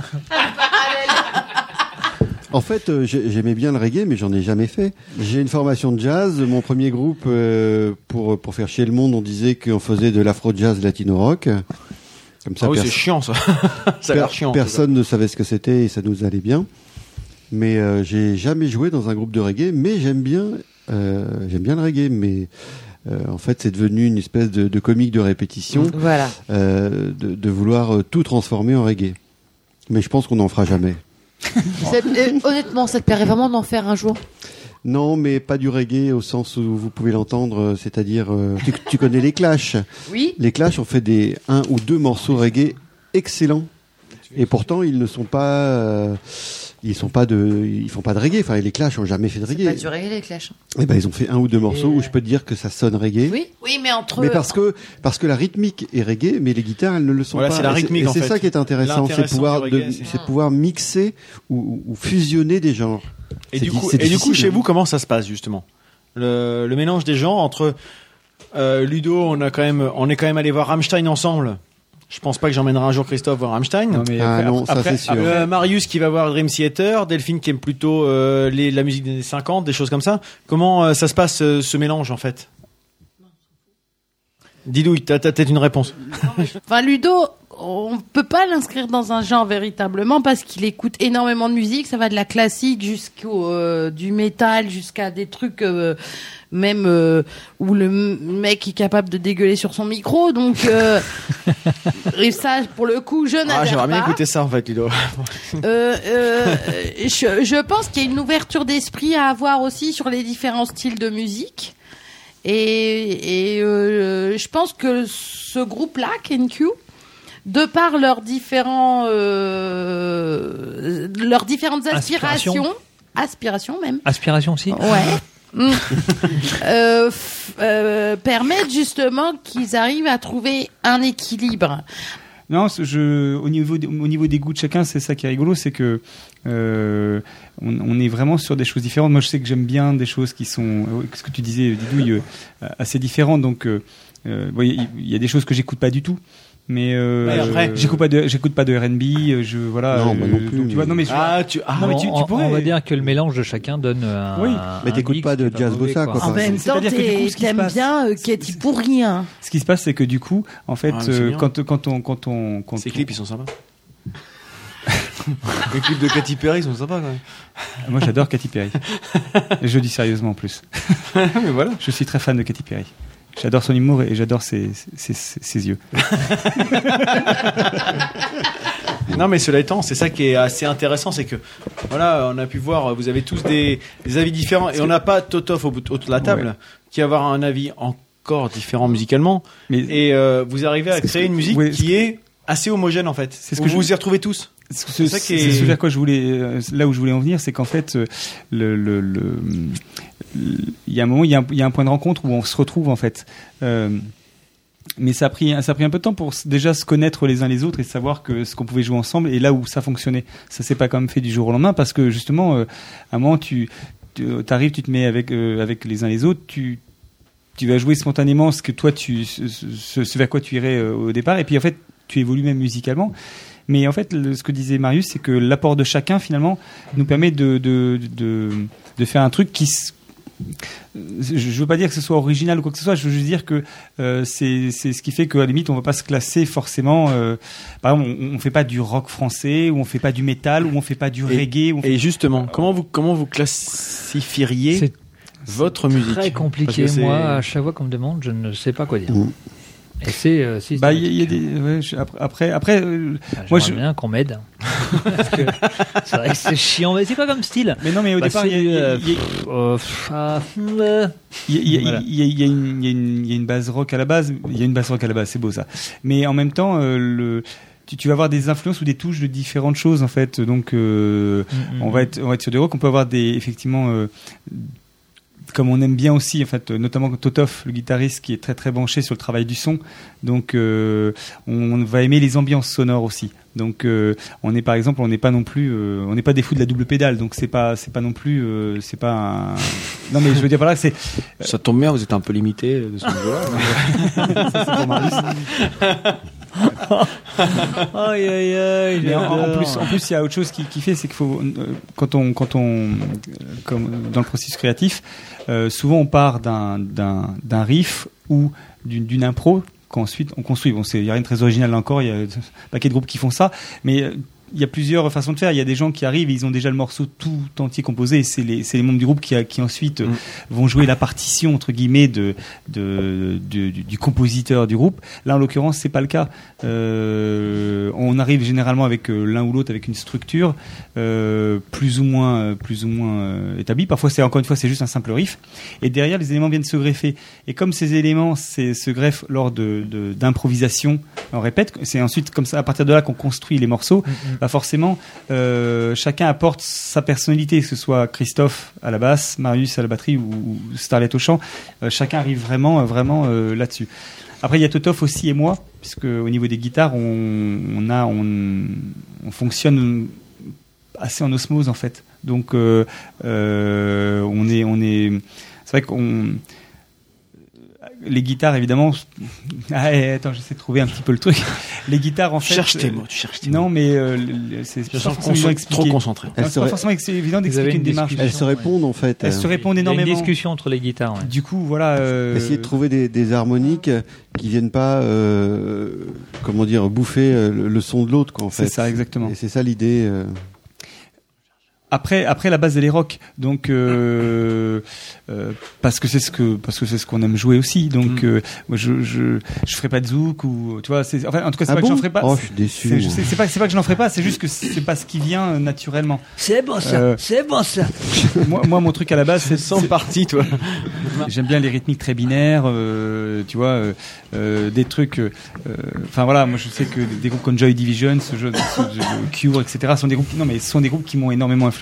Speaker 6: Parallèle.
Speaker 5: En fait, euh, j'ai- j'aimais bien le reggae, mais j'en ai jamais fait. J'ai une formation de jazz. Mon premier groupe, euh, pour pour faire chier le monde, on disait qu'on faisait de l'afro-jazz latino-rock. Comme ça,
Speaker 1: Ah oui,
Speaker 5: pers-
Speaker 1: c'est chiant ça. Ça a l'air
Speaker 5: per-
Speaker 1: chiant. en tout cas.
Speaker 5: personne ne savait ce que c'était et ça nous allait bien. Mais euh, j'ai jamais joué dans un groupe de reggae, mais j'aime bien, euh, j'aime bien le reggae. Mais euh, en fait, c'est devenu une espèce de, de comique de répétition,
Speaker 6: Voilà.
Speaker 5: euh, de, de vouloir euh, tout transformer en reggae. Mais je pense qu'on n'en fera jamais.
Speaker 6: C'est- euh, honnêtement, ça te plairait vraiment d'en faire un jour?
Speaker 5: Non, mais pas du reggae au sens où vous pouvez l'entendre, euh, c'est-à-dire, euh, tu, tu connais les Clash.
Speaker 6: Oui.
Speaker 5: Les Clash ont fait des un ou deux morceaux reggae excellents, et pourtant ils ne sont pas, euh, ils sont pas de, ils font pas de reggae. Enfin, les Clash ont jamais fait de
Speaker 6: C'est pas
Speaker 5: reggae.
Speaker 6: du reggae les Clash.
Speaker 5: Eh ben, ils ont fait un ou deux morceaux
Speaker 6: Et
Speaker 5: où je peux te dire que ça sonne reggae.
Speaker 6: Oui.
Speaker 4: Oui, mais entre
Speaker 5: Mais parce que parce que la rythmique est reggae, mais les guitares elles ne le sont
Speaker 1: Voilà,
Speaker 5: pas.
Speaker 1: c'est la
Speaker 5: Et
Speaker 1: rythmique,
Speaker 5: et
Speaker 1: en
Speaker 5: c'est
Speaker 1: fait.
Speaker 5: ça qui est intéressant, c'est
Speaker 1: L'intéressant
Speaker 5: pouvoir
Speaker 1: du
Speaker 5: de-
Speaker 1: reggae, c'est-
Speaker 5: c'est pouvoir mixer ou, ou- ou fusionner des genres.
Speaker 1: Et
Speaker 5: C'est
Speaker 1: du
Speaker 5: di-
Speaker 1: coup,
Speaker 5: c'est
Speaker 1: et du coup,
Speaker 5: difficile,
Speaker 1: chez
Speaker 5: hein.
Speaker 1: vous, comment ça se passe justement? Le, le mélange des genres entre euh, Ludo, on a quand même, on est quand même allé voir Rammstein ensemble. Je pense pas que j'emmènerai un jour Christophe voir Rammstein.
Speaker 3: Non, mais
Speaker 5: Ah
Speaker 3: après-
Speaker 5: non, ça,
Speaker 3: après-
Speaker 5: c'est sûr.
Speaker 1: Euh, Marius qui va voir Dream Theater, Delphine qui aime plutôt euh, les, la musique des années cinquante, des choses comme ça. Comment euh, ça se passe euh, ce mélange en fait? Didouille, t'as t'as peut-être une réponse.
Speaker 4: Enfin, Ludo, on peut pas l'inscrire dans un genre véritablement parce qu'il écoute énormément de musique. Ça va de la classique jusqu'au euh, du métal, jusqu'à des trucs euh, même euh, où le m- mec est capable de dégueuler sur son micro. Donc, euh, et ça, pour le coup, je
Speaker 1: Ah,
Speaker 4: n'adhère
Speaker 1: j'aimerais bien
Speaker 4: pas.
Speaker 1: écouter ça en fait, Ludo.
Speaker 4: Euh, euh, je, je pense qu'il y a une ouverture d'esprit à avoir aussi sur les différents styles de musique. Et, et euh, je pense que ce groupe-là, Ken Q, de par leurs différents, euh, leurs différentes aspirations,
Speaker 2: Aspiration.
Speaker 4: aspirations même,
Speaker 2: Aspiration aussi.
Speaker 4: ouais, mm, euh, f- euh, permettent justement qu'ils arrivent à trouver un équilibre.
Speaker 3: Non, ce- je, au niveau, des- au niveau des goûts de chacun, c'est ça qui est rigolo, c'est que euh, on, on est vraiment sur des choses différentes. Moi, je sais que j'aime bien des choses qui sont, euh, ce que tu disais, Didouille, euh, assez différentes. Donc, euh, euh, bon, il y, il y a des choses que j'écoute pas du tout. Mais euh,
Speaker 1: Ouais, après.
Speaker 3: j'écoute pas de, j'écoute pas de R and B. euh, Je voilà.
Speaker 5: Non, moi non
Speaker 3: euh,
Speaker 5: plus,
Speaker 3: donc, tu vois,
Speaker 5: mais-
Speaker 3: non mais je-
Speaker 1: Ah, tu, ah,
Speaker 3: Non, mais tu-
Speaker 2: on,
Speaker 3: pourrais-
Speaker 2: on va dire que le mélange de chacun donne un.
Speaker 3: Oui.
Speaker 5: Mais
Speaker 2: un
Speaker 5: t'écoutes
Speaker 2: mix
Speaker 5: pas de
Speaker 2: qui est
Speaker 5: jazz
Speaker 2: mauvais,
Speaker 5: bossa, quoi.
Speaker 4: En
Speaker 5: Enfin,
Speaker 4: même temps,
Speaker 3: c'est-à-dire que du coup,
Speaker 4: t'es-
Speaker 3: ce qui se
Speaker 4: t'aimes
Speaker 3: passe-
Speaker 4: bien euh, Katy pour rien.
Speaker 3: ce qui se passe, c'est que du coup, en fait,
Speaker 1: Ah, mais c'est
Speaker 3: euh,
Speaker 1: bien.
Speaker 3: quand quand on quand on quand
Speaker 1: Ces
Speaker 3: on-
Speaker 1: clips, ils sont sympas. Les clips de Katy Perry sont sympas quand même.
Speaker 3: moi, j'adore Katy Perry. Et je le dis sérieusement en plus.
Speaker 1: Mais voilà.
Speaker 3: Je suis très fan de Katy Perry. J'adore son humour et j'adore ses, ses, ses, ses yeux.
Speaker 1: Non, mais cela étant, c'est ça qui est assez intéressant, c'est que voilà, on a pu voir, vous avez tous des, des avis différents et on n'a pas Totof au bout autour de la table
Speaker 3: Ouais.
Speaker 1: qui va avoir un avis encore différent musicalement.
Speaker 3: Mais
Speaker 1: Et euh, vous arrivez à
Speaker 3: C'est ce
Speaker 1: créer
Speaker 3: que-
Speaker 1: une musique
Speaker 3: ouais,
Speaker 1: qui est assez homogène en fait.
Speaker 3: C'est ce
Speaker 1: Où
Speaker 3: que
Speaker 1: vous
Speaker 3: je-
Speaker 1: vous y retrouvez tous.
Speaker 3: c'est
Speaker 1: c'est ça
Speaker 3: c'est
Speaker 1: qui est-
Speaker 3: ce vers quoi je voulais, euh, là où je voulais en venir, c'est qu'en fait, euh, le, le, le, le- il y a un moment, il y a un, il y a un point de rencontre où on se retrouve en fait. Euh, mais ça a pris, ça a pris un peu de temps pour s- déjà se connaître les uns les autres et savoir que ce qu'on pouvait jouer ensemble et là où ça fonctionnait. Ça s'est pas quand même fait du jour au lendemain parce que justement, euh, à un moment, tu, tu arrives, tu te mets avec euh, avec les uns les autres, tu tu vas jouer spontanément ce que toi tu ce, ce- ce vers quoi tu irais euh, au départ et puis en fait tu évolues même musicalement. Mais en fait, le- ce que disait Marius, c'est que l'apport de chacun, finalement, nous permet de, de, de, de faire un truc qui... s- Je ne veux pas dire que ce soit original ou quoi que ce soit, je veux juste dire que euh, c'est c'est ce qui fait qu'à la limite, on ne va pas se classer forcément... Euh, par exemple, on ne fait pas du rock français, ou on ne fait pas du métal, ou on ne fait pas du
Speaker 1: Et-
Speaker 3: reggae. Ou on fait-
Speaker 1: Et justement, comment vous comment vous classifieriez
Speaker 2: C'est
Speaker 1: votre musique.
Speaker 2: Très compliqué. Moi, à chaque fois qu'on me demande, je ne sais pas quoi dire. Mmh. Et c'est euh,
Speaker 3: bah il y, y a des ouais, je, après après euh,
Speaker 2: ah,
Speaker 3: moi je
Speaker 2: bien qu'on m'aide parce que c'est vrai que c'est chiant, mais c'est quoi comme style?
Speaker 3: Mais non, mais au
Speaker 2: bah,
Speaker 3: départ il y a il y a il y a il y a une il y a une il y a une base rock à la base, il y a une base rock à la base, c'est beau ça. Mais en même temps euh, le tu, tu vas avoir des influences ou des touches de différentes choses en fait. Donc euh, mm-hmm. on va être on va être sur du rock, on peut avoir des effectivement euh, comme on aime bien aussi, en fait, notamment Totov, le guitariste, qui est très très branché sur le travail du son. Donc, euh, on va aimer les ambiances sonores aussi. Donc, euh, on est par exemple, on n'est pas non plus, euh, on n'est pas des fous de la double pédale. Donc, c'est pas, c'est pas non plus, euh, c'est pas un. Non, mais je veux dire par là que c'est.
Speaker 1: Ça tombe bien, vous êtes un peu limité de ce niveau-là. Ça, c'est pour Marius.
Speaker 2: aïe aïe aïe.
Speaker 3: En, en plus, en plus, il y a autre chose qui, qui fait, c'est qu'il faut euh, quand on, quand on, comme dans le processus créatif, euh, souvent on part d'un, d'un, d'un riff ou d'une, d'une impro qu'ensuite on construit. Bon, c'est, il y a rien de très original là encore. Il y a un paquet de groupes qui font ça, mais euh, il y a plusieurs façons de faire. Il y a des gens qui arrivent et ils ont déjà le morceau tout entier composé. Et c'est les, c'est les membres du groupe qui, qui ensuite mmh. vont jouer la partition entre guillemets de, de, de, du, du compositeur du groupe. Là, en l'occurrence, c'est pas le cas. Euh, on arrive généralement avec euh, l'un ou l'autre avec une structure euh, plus ou moins, plus ou moins euh, établie. Parfois, c'est encore une fois, c'est juste un simple riff. Et derrière, les éléments viennent se greffer. Et comme ces éléments c'est, se greffent lors de, de, d'improvisation, on répète. C'est ensuite comme ça, à partir de là, qu'on construit les morceaux. Mmh. Bah forcément, euh, chacun apporte sa personnalité, que ce soit Christophe à la basse, Marius à la batterie ou, ou Starlet au chant. Euh, chacun arrive vraiment, vraiment euh, là-dessus. Après, il y a Totov aussi et moi, puisque au niveau des guitares, on, on a, on, on fonctionne assez en osmose en fait. Donc, euh, euh, on est, on est, c'est vrai qu'on les guitares, évidemment. Ah, attends, j'essaie de trouver un petit peu le truc. Les guitares, en fait.
Speaker 1: Tu cherches tes mots, tu cherches tes mots.
Speaker 3: Non, mais euh, c'est
Speaker 1: pas forcément trop concentré.
Speaker 3: C'est serait... pas forcément évident d'expliquer une, une démarche.
Speaker 5: Elles se répondent,
Speaker 3: ouais.
Speaker 5: en fait.
Speaker 3: Elles se répondent énormément.
Speaker 2: Il y a une discussion entre les guitares. Ouais.
Speaker 3: Du coup, voilà. Euh...
Speaker 5: Essayer de trouver des, des harmoniques qui viennent pas, euh, comment dire, bouffer le, le son de l'autre, quoi, en fait.
Speaker 3: C'est ça, exactement.
Speaker 5: Et c'est ça l'idée. Euh...
Speaker 3: Après, après la base elle est rock, donc euh, euh, parce que c'est ce que parce que c'est ce qu'on aime jouer aussi. Donc, mm. euh, moi je je je ferai pas de zouk ou tu vois. C'est, enfin, en tout cas, c'est
Speaker 5: ah
Speaker 3: pas
Speaker 5: bon
Speaker 3: que j'en ferai pas.
Speaker 5: Oh, je suis déçu.
Speaker 3: C'est, c'est, c'est pas c'est pas que je n'en ferai pas. C'est juste que c'est pas ce qui vient naturellement.
Speaker 2: C'est bon ça. Euh, c'est bon ça.
Speaker 3: moi, moi, mon truc à la base, c'est
Speaker 1: sans partie, toi.
Speaker 3: J'aime bien les rythmiques très binaires, euh, tu vois, euh, euh, des trucs. Enfin euh, voilà, moi je sais que des groupes comme Joy Division, ce jeu, ce jeu Cure, et cetera, sont des groupes. Non, mais ce sont des groupes qui m'ont énormément influencé.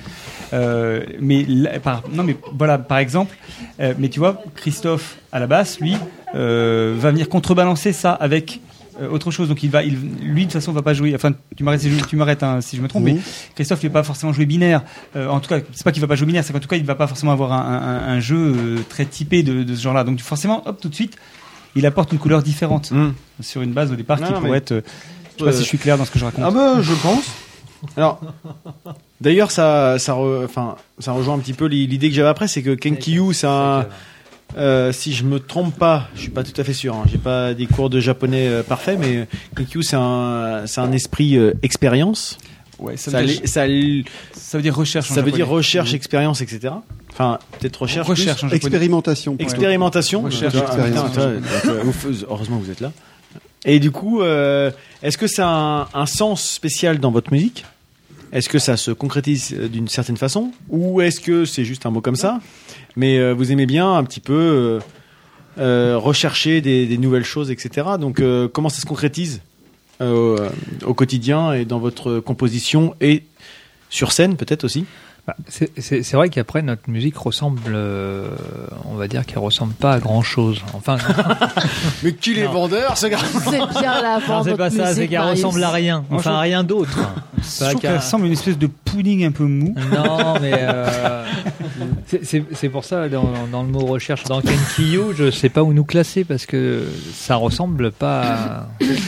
Speaker 3: Euh, mais là, par, non mais voilà par exemple euh, mais tu vois Christophe à la basse lui euh, va venir contrebalancer ça avec euh, autre chose, donc il va il, lui de toute façon va pas jouer, enfin tu m'arrêtes si je, tu m'arrêtes hein, si je me trompe, mmh. mais Christophe il va pas forcément jouer binaire, euh, en tout cas c'est pas qu'il va pas jouer binaire, c'est qu'en tout cas il va pas forcément avoir un, un, un jeu euh, très typé de, de ce genre là, donc forcément hop tout de suite il apporte une couleur différente mmh. sur une base au départ non, qui non, pourrait mais... être euh, je sais pas euh... si je suis clair dans ce que je raconte.
Speaker 1: Ah bah je pense. Alors, d'ailleurs, ça, ça, re, enfin, ça rejoint un petit peu l'idée que j'avais après, c'est que Kenkyu, c'est un, euh, si je me trompe pas, je suis pas tout à fait sûr, hein, j'ai pas des cours de japonais euh, parfaits, mais Kenkyu, c'est un, c'est un esprit euh, expérience.
Speaker 3: Ouais, ça,
Speaker 1: ça,
Speaker 3: veut dire,
Speaker 1: ça,
Speaker 3: ça veut dire recherche. En
Speaker 1: ça
Speaker 3: japonais.
Speaker 1: veut dire recherche, mmh. expérience, et cetera. Enfin, peut-être recherche.
Speaker 3: Recherche
Speaker 1: plus.
Speaker 3: En japonais.
Speaker 5: Expérimentation.
Speaker 1: Expérimentation.
Speaker 3: Recherche,
Speaker 1: ah, expérience. Putain, toi, heureusement que vous êtes là. Et du coup, euh, est-ce que ça a un, un sens spécial dans votre musique ? Est-ce que ça se concrétise d'une certaine façon ? Ou est-ce que c'est juste un mot comme ça ? Mais euh, vous aimez bien un petit peu euh, euh, rechercher des, des nouvelles choses, et cetera. Donc, euh, comment ça se concrétise euh, au quotidien et dans votre composition et sur scène peut-être aussi ?
Speaker 2: Bah, c'est, c'est, c'est vrai qu'après notre musique ressemble, euh, on va dire qu'elle ressemble pas à grand chose. Enfin,
Speaker 1: mais qu'il est vendeur, ce gars.
Speaker 6: C'est bien la vente.
Speaker 2: Non, c'est pas ça, c'est qu'elle Marius. Ressemble à rien. Enfin, à rien d'autre.
Speaker 3: Je trouve qu'elle ressemble à une espèce de pudding un peu mou.
Speaker 2: Non, mais euh, c'est, c'est, c'est pour ça dans, dans le mot recherche dans Kenkyu, je sais pas où nous classer parce que ça ressemble pas. À...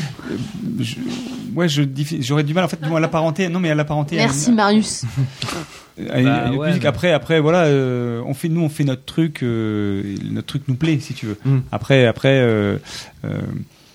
Speaker 3: Je, ouais, je, j'aurais du mal en fait à l'apparenter. Non, mais à l'apparenter.
Speaker 6: Merci
Speaker 3: à une,
Speaker 6: Marius.
Speaker 3: À une, bah, une ouais, musique. Mais... Après, après, voilà, euh, on fait, nous, on fait notre truc. Euh, notre truc nous plaît, si tu veux. Mm. Après, après, euh, euh,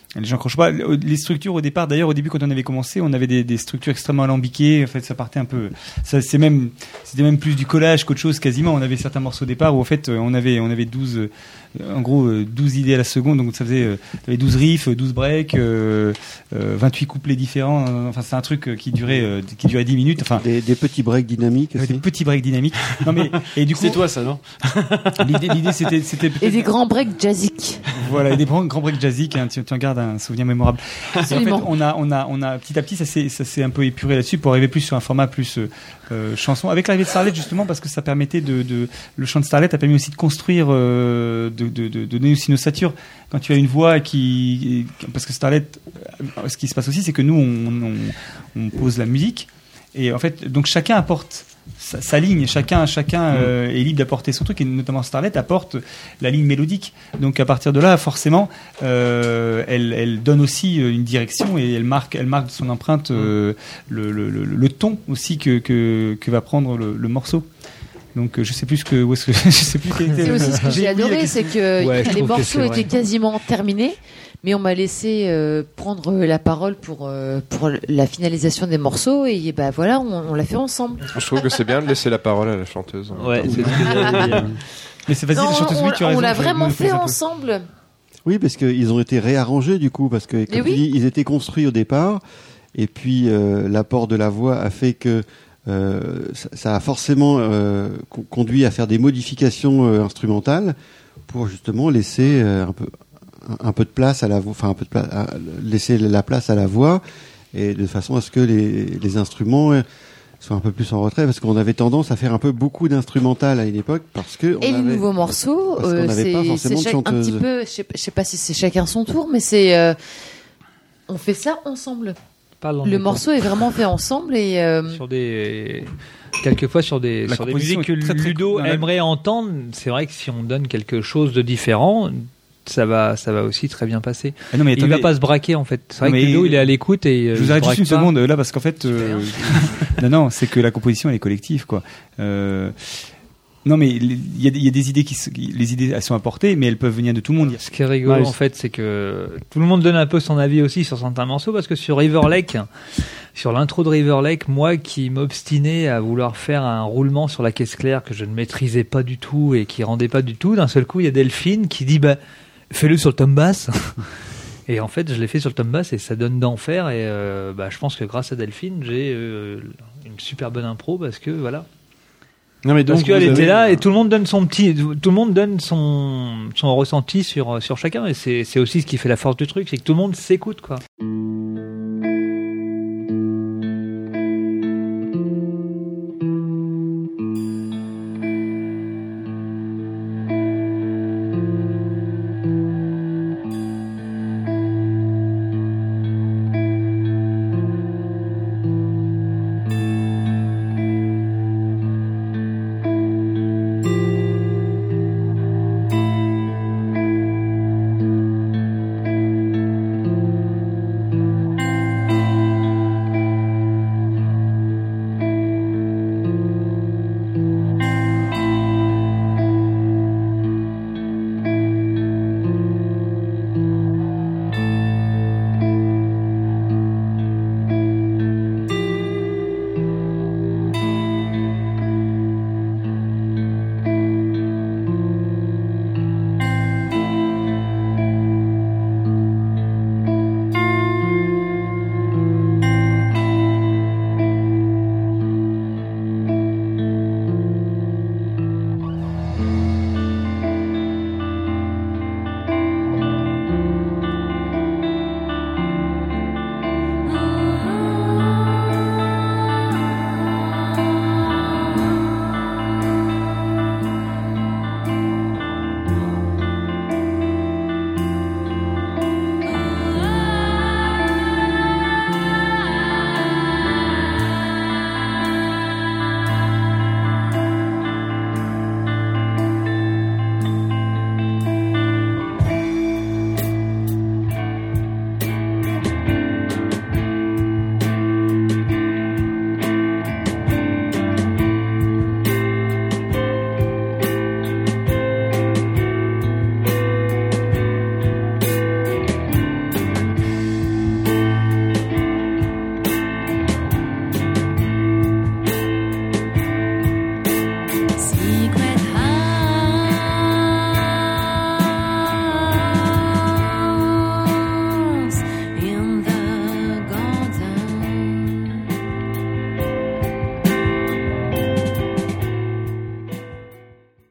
Speaker 3: Les gens accrochent pas. Les structures au départ, d'ailleurs, au début quand on avait commencé, on avait des, des structures extrêmement alambiquées. En fait, ça partait un peu. Ça, c'est même, c'était même plus du collage qu'autre chose quasiment. On avait certains morceaux au départ où en fait, on avait, on avait douze, en gros, douze idées à la seconde. Donc ça faisait, t'avais douze riffs, douze breaks, euh, vingt-huit couplets différents. Enfin, c'est un truc qui durait, qui durait dix minutes. Enfin,
Speaker 5: des, des petits breaks dynamiques.
Speaker 3: Des petits breaks dynamiques. Non mais et du coup,
Speaker 1: c'est toi ça, non?
Speaker 3: L'idée, l'idée, c'était, c'était
Speaker 6: et des grands breaks jazziques.
Speaker 3: Voilà, et des grands, grands breaks jazziques. Hein, tu, tu en gardes un souvenir mémorable.
Speaker 6: Absolument.
Speaker 3: En fait, on a, on a, on a petit à petit, ça s'est, ça s'est un peu épuré là-dessus pour arriver plus sur un format plus euh, chanson. Avec l'arrivée de Starlet, justement, parce que ça permettait de, de le chant de Starlet a permis aussi de construire, euh, de, de, de, de donner aussi une ossature. Quand tu as une voix qui, parce que Starlet, ce qui se passe aussi, c'est que nous, on, on, on pose la musique, et en fait, donc chacun apporte sa, sa ligne, chacun, chacun euh, est libre d'apporter son truc, et notamment Starlet apporte la ligne mélodique. Donc à partir de là, forcément, euh, elle, elle donne aussi une direction et elle marque, elle marque de son empreinte euh, le, le, le, le ton aussi que, que, que va prendre le, le morceau. Donc je sais plus ce que, où est-ce que je sais plus. Quel était
Speaker 6: c'est aussi ce que j'ai, j'ai adoré, c'est que
Speaker 2: ouais,
Speaker 6: les morceaux étaient quasiment terminés. Mais on m'a laissé euh, prendre la parole pour euh, pour la finalisation des morceaux et bah voilà, on, on l'a fait ensemble.
Speaker 7: Je trouve que c'est bien de laisser la parole à la chanteuse.
Speaker 2: Ouais, c'est ce que j'allais dire.
Speaker 3: Mais c'est facile,
Speaker 6: non,
Speaker 3: la chanteuse,
Speaker 6: on,
Speaker 3: oui, tu as raison.
Speaker 6: on l'a vraiment fait
Speaker 3: un
Speaker 6: ensemble.
Speaker 5: Oui, parce qu'ils ont été réarrangés du coup, parce que comme
Speaker 6: oui.
Speaker 5: tu dis, ils étaient construits au départ, et puis euh, l'apport de la voix a fait que euh, ça, ça a forcément euh, co- conduit à faire des modifications euh, instrumentales pour justement laisser euh, un peu un peu de place à la voix, enfin un peu de place, à laisser la place à la voix, et de façon à ce que les, les instruments soient un peu plus en retrait, parce qu'on avait tendance à faire un peu beaucoup d'instrumental à une époque, parce que on
Speaker 6: et
Speaker 5: avait,
Speaker 6: les nouveaux morceaux, euh, c'est, c'est chaque, un petit peu, je sais, je sais pas si c'est chacun son tour, mais c'est euh, on fait ça ensemble.
Speaker 2: Pardon,
Speaker 6: le morceau est vraiment fait ensemble et euh...
Speaker 2: sur des quelquefois sur des
Speaker 3: la
Speaker 2: sur des musiques que très, très Ludo cool, aimerait la... entendre. C'est vrai que si on donne quelque chose de différent, ça va, ça va aussi très bien passer.
Speaker 3: Ah non, mais
Speaker 2: il va pas se braquer en fait. C'est vrai non, que Ludo, il est à l'écoute et.
Speaker 3: Je vous arrête juste une pas. seconde là parce qu'en fait, euh, non, non, c'est que la composition elle est collective quoi. Euh, non, mais il y, y a des idées qui, les idées elles sont apportées, mais elles peuvent venir de tout le monde.
Speaker 2: Ce qui est rigolo ouais, en fait, c'est que tout le monde donne un peu son avis aussi sur certains morceaux parce que sur River Lake, sur l'intro de River Lake, moi qui m'obstinais à vouloir faire un roulement sur la caisse claire que je ne maîtrisais pas du tout et qui rendait pas du tout, d'un seul coup il y a Delphine qui dit bah fais-le sur le tom bass. Et en fait, je l'ai fait sur le tom bass et ça donne d'enfer. Et euh, bah, je pense que grâce à Delphine, j'ai euh, une super bonne impro parce que voilà.
Speaker 1: Non mais donc
Speaker 2: parce qu'elle était là et tout le monde donne son petit, tout le monde donne son son ressenti sur sur chacun et c'est c'est aussi ce qui fait la force du truc, c'est que tout le monde s'écoute quoi.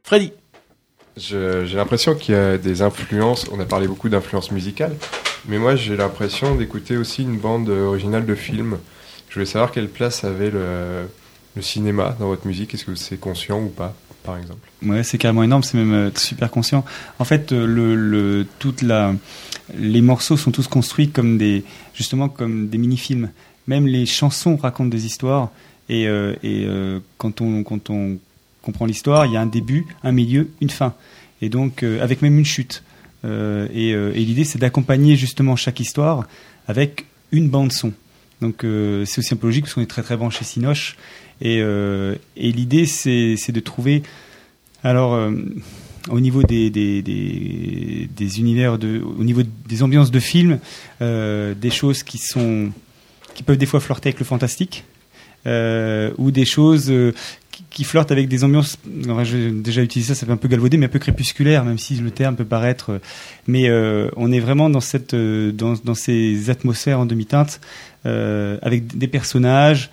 Speaker 1: Freddy.
Speaker 7: Je, j'ai l'impression qu'il y a des influences, on a parlé beaucoup d'influences musicales, mais moi j'ai l'impression d'écouter aussi une bande originale de film. Je voulais savoir quelle place avait le, le cinéma dans votre musique, est-ce que c'est conscient ou pas, par exemple?
Speaker 3: Ouais, c'est carrément énorme, c'est même euh, super conscient. En fait, euh, le, le, toute la, les morceaux sont tous construits comme des, justement comme des mini-films. Même les chansons racontent des histoires, et, euh, et euh, quand on, quand on comprend l'histoire, il y a un début, un milieu, une fin. Et donc, euh, avec même une chute. Euh, et, euh, et l'idée, c'est d'accompagner justement chaque histoire avec une bande-son. Donc, euh, c'est aussi un peu logique parce qu'on est très très branché Cinoche. Et, euh, et l'idée, c'est, c'est de trouver. Alors, euh, au niveau des, des, des, des univers, de, au niveau des ambiances de films, euh, des choses qui, sont, qui peuvent des fois flirter avec le fantastique, euh, ou des choses. Euh, qui flirte avec des ambiances, enfin, j'ai déjà utilisé ça, ça fait un peu galvaudé, mais un peu crépusculaire, même si le terme peut paraître. Mais euh, on est vraiment dans cette, dans, dans ces atmosphères en demi-teinte, euh, avec des personnages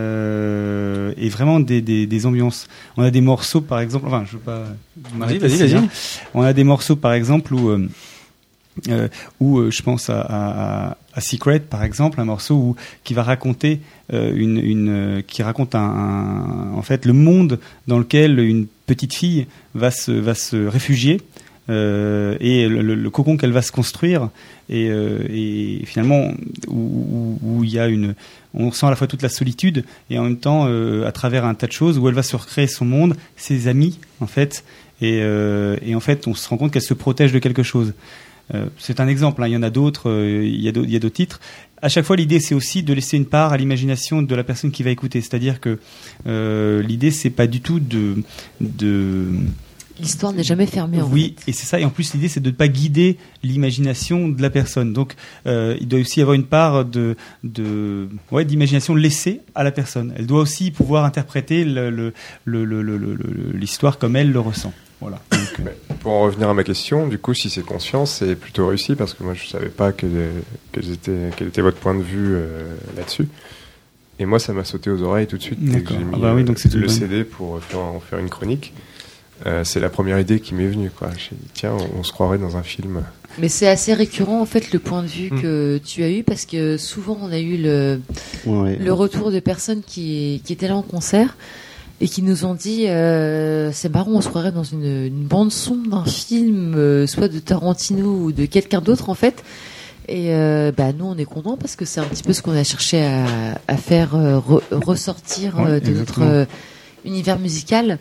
Speaker 3: euh, et vraiment des, des, des ambiances. On a des morceaux, par exemple. Enfin, je veux pas.
Speaker 1: Vas-y, vas-y, vas-y.
Speaker 3: Hein. On a des morceaux, par exemple, où. Euh, Euh, où euh, je pense à, à, à Secret par exemple, un morceau où, qui va raconter euh, une, une euh, qui raconte un, un, en fait le monde dans lequel une petite fille va se va se réfugier euh, et le, le, le cocon qu'elle va se construire et, euh, et finalement où, où, où il y a une on ressent à la fois toute la solitude et en même temps euh, à travers un tas de choses où elle va se recréer son monde, ses amis en fait et, euh, et en fait on se rend compte qu'elle se protège de quelque chose. Euh, c'est un exemple, hein. Il y en a d'autres, euh, il y a d'autres, il y a d'autres titres. À chaque fois, l'idée, c'est aussi de laisser une part à l'imagination de la personne qui va écouter. C'est-à-dire que euh, l'idée, c'est pas du tout de... de...
Speaker 6: L'histoire n'est jamais fermée. En
Speaker 3: oui,
Speaker 6: fait.
Speaker 3: Et c'est ça. Et en plus, l'idée, c'est de ne pas guider l'imagination de la personne. Donc, euh, il doit aussi y avoir une part de, de, ouais, d'imagination laissée à la personne. Elle doit aussi pouvoir interpréter le, le, le, le, le, le, l'histoire comme elle le ressent. Voilà. Donc,
Speaker 7: euh... Pour en revenir à ma question, du coup, si c'est conscient, c'est plutôt réussi parce que moi, je savais pas quel, quel, était, quel était votre point de vue euh, là-dessus. Et moi, ça m'a sauté aux oreilles tout de suite. Dès que j'ai mis ah bah oui, donc c'est le C D pour faire, en faire une chronique. Euh, c'est la première idée qui m'est venue, quoi. J'ai dit, tiens, on, on se croirait dans un film.
Speaker 6: Mais c'est assez récurrent, en fait, le point de vue mmh. que tu as eu, parce que souvent, on a eu le, ouais. le retour de personnes qui, qui étaient là en concert et qui nous ont dit euh, c'est marrant, on se croirait dans une, une bande son d'un film, euh, soit de Tarantino ou de quelqu'un d'autre, en fait. Et euh, bah, nous, on est contents parce que c'est un petit peu ce qu'on a cherché à, à faire euh, re, ressortir
Speaker 3: ouais,
Speaker 6: euh, de
Speaker 3: exactement.
Speaker 6: notre euh, univers musical.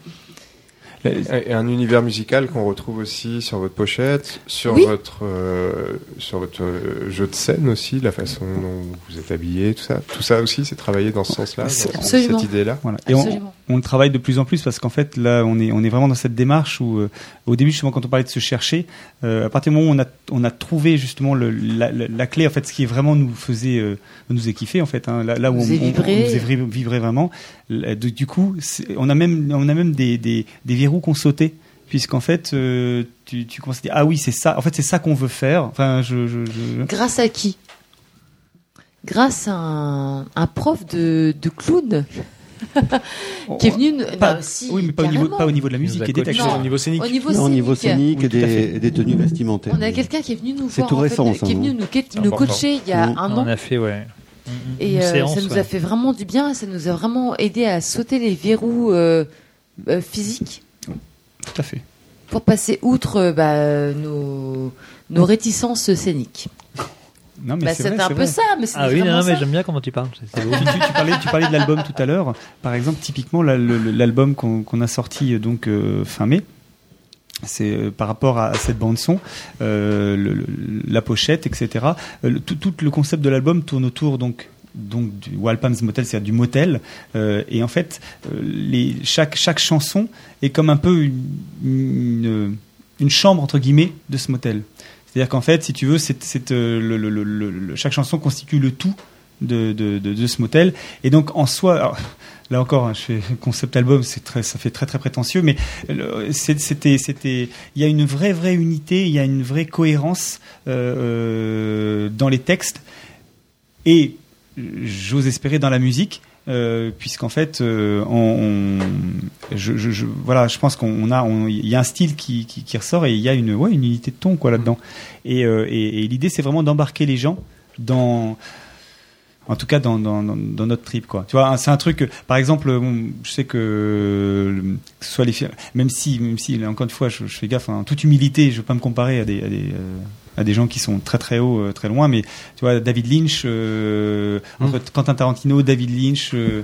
Speaker 7: Et un univers musical qu'on retrouve aussi sur votre pochette, sur
Speaker 6: oui.
Speaker 7: votre euh, sur votre jeu de scène aussi, la façon dont vous êtes habillé, tout ça. Tout ça aussi, c'est travaillé dans ce sens-là,
Speaker 3: c'est
Speaker 7: dans
Speaker 6: absolument.
Speaker 7: cette idée-là.
Speaker 3: Voilà. Et on, on le travaille de plus en plus parce qu'en fait, là, on est on est vraiment dans cette démarche où, euh, au début, justement, quand on parlait de se chercher, euh, à partir du moment où on a on a trouvé justement le, la, la, la clé, en fait, ce qui vraiment nous faisait euh, nous faisait kiffer, en fait, hein, là, là où on, on, on nous faisait vibrer vraiment. Du coup, on a même on a même des des, des verrous qu'on sautait. Puisqu'en fait, euh, tu, tu commences à dire ah oui, c'est ça. En fait, c'est ça qu'on veut faire. Enfin, je, je, je...
Speaker 6: Grâce à qui? Grâce à un, un prof de, de clown qui est venu.
Speaker 3: Pas,
Speaker 6: bah, si,
Speaker 3: oui, mais pas au, niveau, pas au niveau de la musique et des textes.
Speaker 1: Au niveau scénique.
Speaker 6: Au niveau
Speaker 5: non,
Speaker 6: scénique,
Speaker 5: au niveau scénique et, des, et des tenues vestimentaires.
Speaker 6: On a quelqu'un qui est venu nous
Speaker 5: c'est
Speaker 6: voir,
Speaker 5: tout
Speaker 6: en
Speaker 5: récent,
Speaker 6: fait,
Speaker 5: ça,
Speaker 6: qui est venu nous, nous coacher il y a
Speaker 5: mmh.
Speaker 6: un an.
Speaker 2: On a fait, ouais.
Speaker 6: Et euh, séance, ça nous ouais. a fait vraiment du bien. Ça nous a vraiment aidé à sauter les verrous euh, euh, physiques.
Speaker 3: Tout à fait.
Speaker 6: Pour passer outre bah, nos, nos réticences scéniques.
Speaker 3: Non, mais
Speaker 6: bah,
Speaker 3: c'est,
Speaker 6: c'est
Speaker 3: vrai,
Speaker 6: un
Speaker 3: c'est
Speaker 6: peu
Speaker 3: vrai.
Speaker 6: ça, mais c'est
Speaker 2: ah oui, non,
Speaker 6: ça.
Speaker 2: mais j'aime bien comment tu parles. C'est
Speaker 3: tu, tu, parlais, tu parlais de l'album tout à l'heure. Par exemple, typiquement, la, le, l'album qu'on, qu'on a sorti donc euh, fin mai, c'est euh, par rapport à, à cette bande son, euh, le, le, la pochette, et cetera. Euh, le, tout, tout le concept de l'album tourne autour donc. donc du Wild Palms Motel, c'est-à-dire du motel, euh, et en fait, euh, les, chaque, chaque chanson est comme un peu une, une, une chambre, entre guillemets, de ce motel. C'est-à-dire qu'en fait, si tu veux, c'est, c'est, euh, le, le, le, le, chaque chanson constitue le tout de, de, de, de ce motel, et donc en soi... Alors, là encore, hein, je fais concept album, c'est très, ça fait très très prétentieux, mais c'est, c'était, c'était, il y a une vraie vraie unité, il y a une vraie cohérence euh, dans les textes, et j'ose espérer dans la musique, euh, puisqu'en fait, euh, on, on je, je, je, voilà, je pense qu'on a, il y a un style qui, qui, qui ressort et il y a une, ouais, une unité de ton quoi là-dedans. Et, euh, et, et l'idée, c'est vraiment d'embarquer les gens dans en tout cas dans, dans, dans notre trip quoi. Tu vois, c'est un truc par exemple, bon, je sais que, que ce soit les même si même si encore une fois je, je fais gaffe, en hein, toute humilité, je veux pas me comparer à des à des, euh, à des gens qui sont très très hauts, euh, très loin, mais tu vois David Lynch, euh, mmh. entre Quentin Tarantino, David Lynch, euh,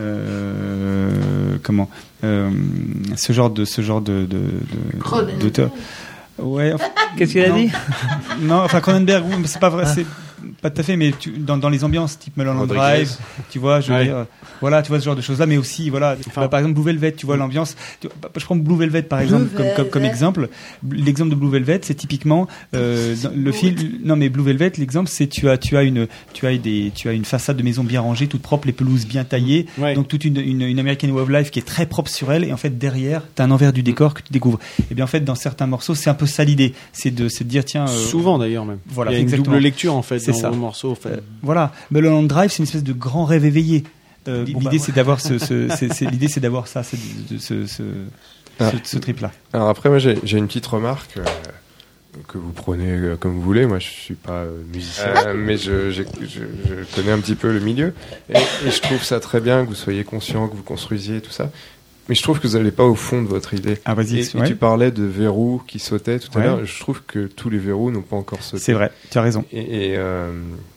Speaker 3: euh, comment euh, ce genre de ce genre de de, de d'auteur. Ouais. Enfin,
Speaker 2: qu'est-ce qu'il a
Speaker 3: non.
Speaker 2: dit?
Speaker 3: Non, enfin Cronenberg, oui, mais c'est pas vrai, c'est pas tout à fait, mais tu, dans, dans les ambiances type Mulholland Drive, tu vois, je veux ouais. dire, voilà, tu vois ce genre de choses-là, mais aussi, voilà, enfin, bah, par exemple Blue Velvet, tu vois l'ambiance. Tu, bah, je prends Blue Velvet par exemple Blue comme, Velvet. comme comme exemple. L'exemple de Blue Velvet, c'est typiquement euh, le film. Non, mais Blue Velvet, l'exemple, c'est tu as tu as une tu as des tu as une façade de maison bien rangée, toute propre, les pelouses bien taillées, ouais. donc toute une, une une American Way of Life qui est très propre sur elle, et en fait derrière, t'as un envers du décor que tu découvres. Et bien en fait, dans certains morceaux, c'est un peu ça l'idée, c'est de c'est de dire tiens. Euh,
Speaker 1: Souvent d'ailleurs même.
Speaker 3: Voilà,
Speaker 1: il y a
Speaker 3: exactement.
Speaker 1: une double lecture en fait
Speaker 3: c'est
Speaker 1: dans
Speaker 3: ça.
Speaker 1: le morceau. En fait.
Speaker 3: Euh, voilà, Mulholland Drive, c'est une espèce de grand rêve éveillé. Euh, bon, l'idée, bah, c'est d'avoir ce, ce c'est, c'est, l'idée, c'est d'avoir ça, c'est de, de, ce, ce, ah. ce, ce trip-là.
Speaker 7: Alors après, moi, j'ai, j'ai une petite remarque euh, que vous prenez euh, comme vous voulez. Moi, je suis pas euh, musicien, euh, mais je, je, je, je connais un petit peu le milieu, et, et je trouve ça très bien que vous soyez conscient, que vous construisiez tout ça. Mais je trouve que vous n'allez pas au fond de votre idée.
Speaker 3: Ah, vas-y,
Speaker 7: et,
Speaker 3: ouais.
Speaker 7: et tu parlais de verrous qui sautaient tout à
Speaker 3: ouais.
Speaker 7: l'heure. Je trouve que tous les verrous n'ont pas encore sauté.
Speaker 3: C'est vrai, tu as raison.
Speaker 7: Et, et euh,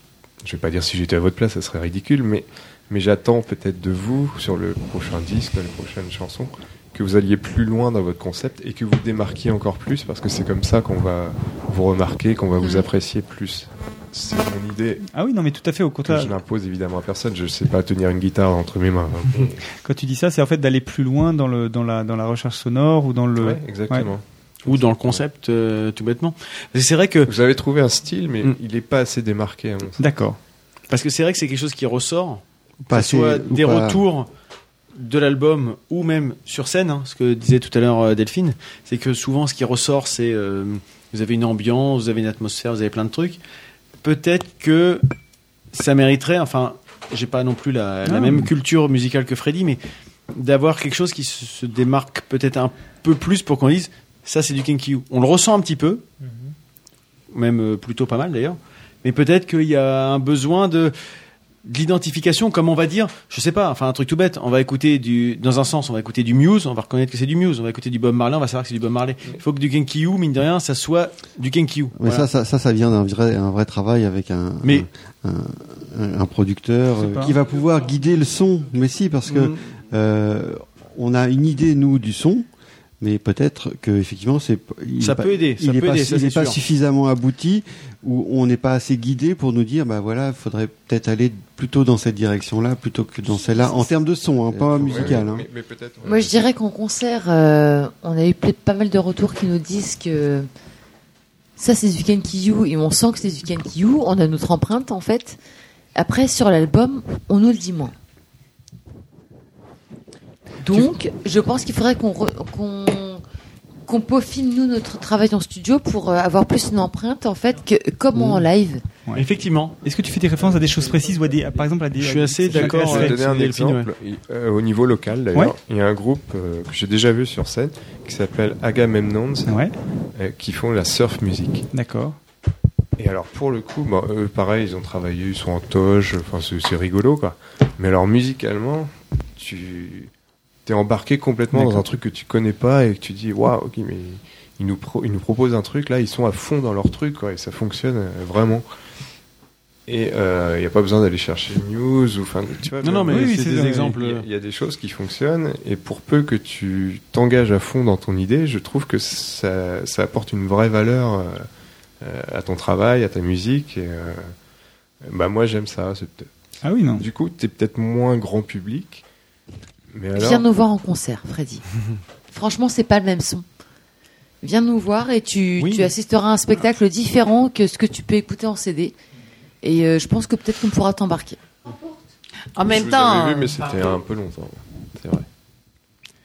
Speaker 7: je vais pas dire si j'étais à votre place, ça serait ridicule, mais mais j'attends peut-être de vous sur le prochain disque, les prochaines chansons, que vous alliez plus loin dans votre concept et que vous démarquiez encore plus, parce que c'est comme ça qu'on va vous remarquer, qu'on va vous apprécier plus. C'est mon idée.
Speaker 3: Ah oui, non, mais tout à fait, au contraire.
Speaker 7: Je n'impose évidemment à personne. Je sais pas tenir une guitare entre mes mains. Hein.
Speaker 3: Quand tu dis ça, c'est en fait d'aller plus loin dans le dans la dans la recherche sonore ou dans le.
Speaker 7: Ouais, exactement. Ouais.
Speaker 1: Ou dans le concept, euh, tout bêtement. C'est vrai que
Speaker 7: vous avez trouvé un style, mais mm. il n'est pas assez démarqué. À mon sens.
Speaker 3: D'accord.
Speaker 1: Parce que c'est vrai que c'est quelque chose qui ressort.
Speaker 5: Pas
Speaker 1: que ce soit des pas... retours de l'album ou même sur scène, hein, ce que disait tout à l'heure euh, Delphine, c'est que souvent ce qui ressort, c'est euh, vous avez une ambiance, vous avez une atmosphère, vous avez plein de trucs. Peut-être que ça mériterait, enfin, j'ai pas non plus la, la même culture musicale que Freddy, mais d'avoir quelque chose qui se, se démarque peut-être un peu plus pour qu'on dise ça c'est du Kinky You. On le ressent un petit peu, mm-hmm. même euh, plutôt pas mal d'ailleurs, mais peut-être qu'il y a un besoin de de l'identification, comme on va dire, je sais pas, enfin un truc tout bête, on va écouter du, dans un sens, on va écouter du Muse, on va reconnaître que c'est du Muse, on va écouter du Bob Marley, on va savoir que c'est du Bob Marley. Il faut que du Kinky You, mine de rien, ça soit du Kinky You.
Speaker 5: Mais voilà. ça, ça, ça, ça vient d'un vrai, un vrai travail avec un,
Speaker 1: mais,
Speaker 5: un, un, un producteur euh, qui va pouvoir guider le son. Mais si, parce que, mm. euh, on a une idée, nous, du son, mais peut-être que effectivement c'est il
Speaker 1: ça
Speaker 5: peut
Speaker 1: pas, aider ça
Speaker 5: il
Speaker 1: peut
Speaker 5: est
Speaker 1: aider
Speaker 5: pas,
Speaker 1: ça
Speaker 5: il n'est
Speaker 1: c'est
Speaker 5: pas
Speaker 1: sûr.
Speaker 5: suffisamment abouti, ou on n'est pas assez guidé pour nous dire bah voilà, il faudrait peut-être aller plutôt dans cette direction là plutôt que dans celle-là en termes de son, hein, pas musical,
Speaker 7: ouais,
Speaker 5: hein.
Speaker 7: mais, mais peut-être, ouais.
Speaker 6: Moi je dirais qu'en concert euh, on a eu pas mal de retours qui nous disent que ça c'est du Kinky You et on sent que c'est du Kinky You, on a notre empreinte en fait. Après sur l'album on nous le dit moins. Donc, je pense qu'il faudrait qu'on, re, qu'on, qu'on peaufine, nous, notre travail en studio pour euh, avoir plus une empreinte, en fait, que comme mmh. en live.
Speaker 1: Ouais. Effectivement.
Speaker 3: Est-ce que tu fais des références à des choses précises ou à des, par exemple, à des...
Speaker 1: Je suis assez
Speaker 3: des,
Speaker 1: d'accord.
Speaker 7: Je vais donner un exemple. Ouais. Euh, au niveau local, d'ailleurs, ouais. il y a un groupe euh, que j'ai déjà vu sur scène qui s'appelle Agamemnons,
Speaker 3: ouais.
Speaker 7: euh, qui font la surf music.
Speaker 3: D'accord.
Speaker 7: Et alors, pour le coup, bon, eux, pareil, ils ont travaillé, ils sont en toge, enfin, c'est, c'est rigolo, quoi. Mais alors, musicalement, tu... t'es embarqué complètement D'accord. dans un truc que tu connais pas et que tu dis waouh, ok, mais ils nous pro- ils nous proposent un truc là, ils sont à fond dans leur truc quoi, et ça fonctionne euh, vraiment. Et il euh, y a pas besoin d'aller chercher news ou enfin tu vois.
Speaker 1: Non non mais oui, c'est, c'est des exemples.
Speaker 7: Il y, y a des choses qui fonctionnent et pour peu que tu t'engages à fond dans ton idée, je trouve que ça ça apporte une vraie valeur euh, à ton travail, à ta musique. Et, euh, bah moi j'aime ça. C'est peut-être...
Speaker 3: Ah oui non.
Speaker 7: Du coup t'es peut-être moins grand public. Mais alors...
Speaker 6: Viens nous voir en concert, Freddy. Franchement, c'est pas le même son. Viens nous voir et tu, oui. tu assisteras à un spectacle différent que ce que tu peux écouter en C D. Et euh, je pense que peut-être qu'on pourra t'embarquer.
Speaker 4: En même
Speaker 7: je
Speaker 4: temps.
Speaker 7: Vous vu, mais c'était un peu longtemps. C'est vrai.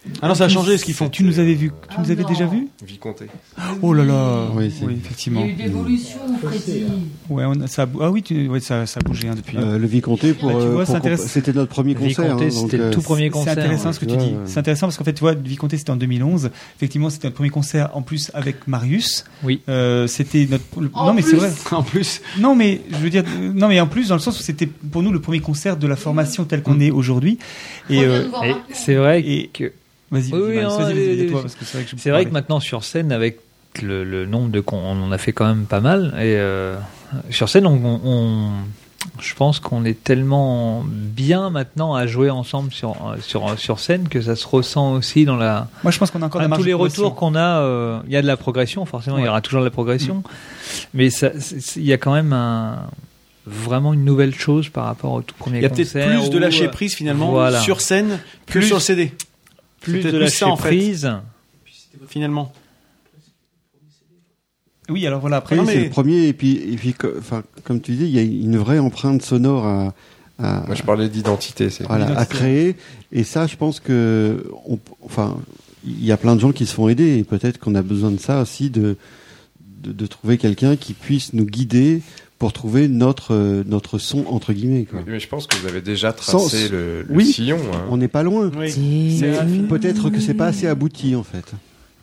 Speaker 1: Ah non, ça a changé ce qu'ils font.
Speaker 3: Tu nous avais vu, tu
Speaker 4: ah
Speaker 3: nous avais
Speaker 4: non.
Speaker 3: déjà vu
Speaker 7: Vicomté.
Speaker 3: Oh là là,
Speaker 5: oui,
Speaker 3: oui effectivement.
Speaker 4: Il y a eu d'évolution, Freddy.
Speaker 3: Ouais, on a, ça a, ah oui, tu, ouais, ça, ça a bougé hein, depuis.
Speaker 5: Euh, le Vicomté, pour,
Speaker 3: bah, tu vois,
Speaker 5: pour comp- c'était notre premier concert.
Speaker 2: Vicomté,
Speaker 5: hein,
Speaker 2: c'était
Speaker 5: donc,
Speaker 2: le tout premier concert.
Speaker 3: C'est intéressant
Speaker 2: ouais.
Speaker 3: ce que tu dis. Ouais. C'est intéressant parce qu'en fait, tu vois, Vicomté, c'était en deux mille onze. Effectivement, c'était notre premier concert en plus avec Marius.
Speaker 2: Oui.
Speaker 3: Euh, c'était notre.
Speaker 4: En
Speaker 3: non, mais
Speaker 4: plus.
Speaker 3: c'est vrai.
Speaker 1: En plus.
Speaker 3: Non, mais je veux dire, euh, non, mais en plus, dans le sens où c'était pour nous le premier concert de la formation telle qu'on mmh. est aujourd'hui. Et, euh,
Speaker 2: et c'est vrai
Speaker 3: et,
Speaker 2: que.
Speaker 3: Vas-y,
Speaker 2: oui,
Speaker 3: vas-y,
Speaker 2: oui, non,
Speaker 3: vas-y,
Speaker 2: les,
Speaker 3: vas-y, toi, parce que c'est vrai que je
Speaker 2: c'est vrai que maintenant sur scène, avec le, le nombre de con, on en a fait quand même pas mal. Et euh, sur scène, on, on, on, je pense qu'on est tellement bien maintenant à jouer ensemble sur sur sur scène que ça se ressent aussi dans la.
Speaker 3: Moi, je pense qu'on a encore
Speaker 2: enfin, tous les retours qu'on a. Euh, il y a de la progression, forcément, ouais. Il y aura toujours de la progression, mmh. mais ça, il y a quand même un. Vraiment une nouvelle chose par rapport au tout premier concert.
Speaker 1: Il y a peut-être plus de lâcher prise finalement
Speaker 2: voilà.
Speaker 1: sur scène que
Speaker 2: plus,
Speaker 1: sur le C D.
Speaker 2: Plus de lâcher prise.
Speaker 1: En fait, finalement.
Speaker 3: Oui, alors voilà. Après,
Speaker 5: oui,
Speaker 1: mais...
Speaker 5: c'est le premier et puis, et puis, enfin, comme tu dis, il y a une vraie empreinte sonore à. à
Speaker 7: Moi, je parlais d'identité, c'est.
Speaker 5: Voilà, à créer. Et ça, je pense que, on, enfin, il y a plein de gens qui se font aider et peut-être qu'on a besoin de ça aussi, de de, de trouver quelqu'un qui puisse nous guider pour trouver notre euh, notre son entre guillemets. Quoi.
Speaker 7: Mais je pense que vous avez déjà tracé Sans... le, le
Speaker 5: oui,
Speaker 7: sillon. Hein.
Speaker 5: On n'est pas loin.
Speaker 1: Oui.
Speaker 5: C'est... Peut-être que c'est pas assez abouti en fait.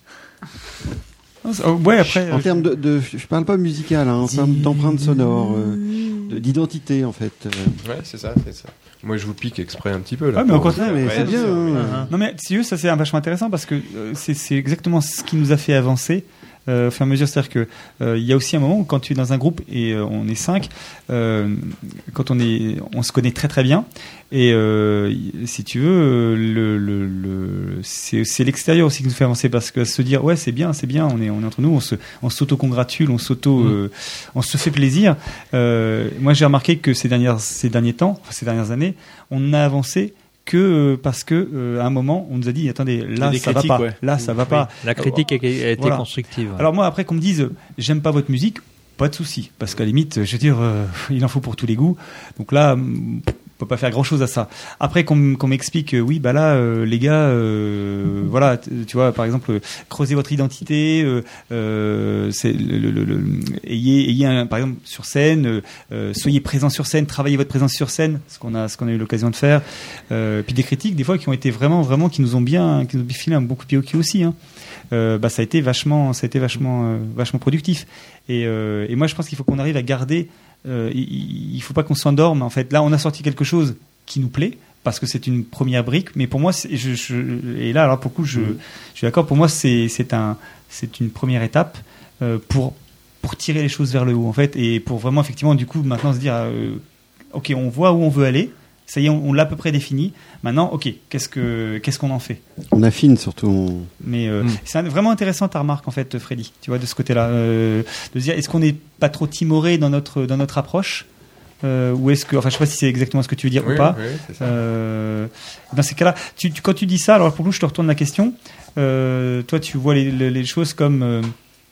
Speaker 3: Oh, ouais, après.
Speaker 5: En euh, termes de, de, je parle pas musical, hein, en termes d'empreinte sonore, euh, de, d'identité en fait.
Speaker 7: Ouais, c'est ça, c'est ça. Moi, je vous pique exprès un petit peu là.
Speaker 3: Ah, mais au contraire,
Speaker 5: mais c'est bien. Hein.
Speaker 3: Non, mais sérieux, ça c'est vachement intéressant parce que euh, c'est, c'est exactement ce qui nous a fait avancer. Euh, au fur et à mesure, c'est-à-dire que euh, il y a aussi un moment où quand tu es dans un groupe et euh, on est cinq, euh, quand on est, on se connaît très très bien et euh, si tu veux, le, le, le c'est, c'est l'extérieur aussi qui nous fait avancer parce que se dire ouais c'est bien, c'est bien, on est, on est entre nous, on se, on s'auto-congratule, on s'auto, mmh. euh, on se fait plaisir. Euh, moi j'ai remarqué que ces dernières, ces derniers temps, ces dernières années, on a avancé. Que parce que euh, à un moment on nous a dit attendez là ça va pas ouais. là ça va oui. pas
Speaker 2: la critique a, a été
Speaker 3: voilà.
Speaker 2: constructive ouais.
Speaker 3: Alors moi après qu'on me dise j'aime pas votre musique pas de souci parce qu'à la limite je veux dire euh, il en faut pour tous les goûts donc là on peut pas faire grand chose à ça après qu'on, qu'on m'explique euh, oui bah là euh, les gars euh, voilà t- tu vois par exemple euh, creusez votre identité euh, euh, c'est le, le, le, le ayez ayez un, par exemple sur scène euh, soyez présent sur scène travaillez votre présence sur scène ce qu'on a ce qu'on a eu l'occasion de faire euh, puis des critiques des fois qui ont été vraiment vraiment qui nous ont bien qui nous ont filé un bon coup de pied au cul aussi hein. Euh, bah ça a été vachement ça a été vachement euh, vachement productif et, euh, et moi je pense qu'il faut qu'on arrive à garder euh, il, il faut pas qu'on s'endorme en fait là on a sorti quelque chose qui nous plaît parce que c'est une première brique mais pour moi c'est, je, je, et là alors pour le coup je, je suis d'accord pour moi c'est c'est un c'est une première étape euh, pour pour tirer les choses vers le haut en fait et pour vraiment effectivement du coup maintenant se dire euh, ok on voit où on veut aller. Ça y est, on, on l'a à peu près défini. Maintenant, ok, qu'est-ce que qu'est-ce qu'on en fait ?
Speaker 5: On affine surtout. On...
Speaker 3: Mais euh, mm. c'est un, vraiment intéressant ta remarque en fait, Freddy. Tu vois de ce côté-là, euh, de se dire est-ce qu'on n'est pas trop timoré dans notre dans notre approche euh, ou est-ce que, enfin, je sais pas si c'est exactement ce que tu veux dire
Speaker 7: oui,
Speaker 3: ou pas.
Speaker 7: Oui, c'est ça.
Speaker 3: Euh, dans ces cas-là, tu, tu, quand tu dis ça, alors pour nous, je te retourne la question. Euh, toi, tu vois les, les, les choses comme euh,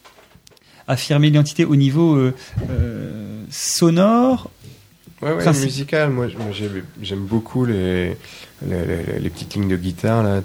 Speaker 3: affirmer l'identité au niveau euh, euh, sonore.
Speaker 7: Ouais, ouais, Principe. musical. Moi, moi j'aime, j'aime beaucoup les, les, les, les petites lignes de guitare là.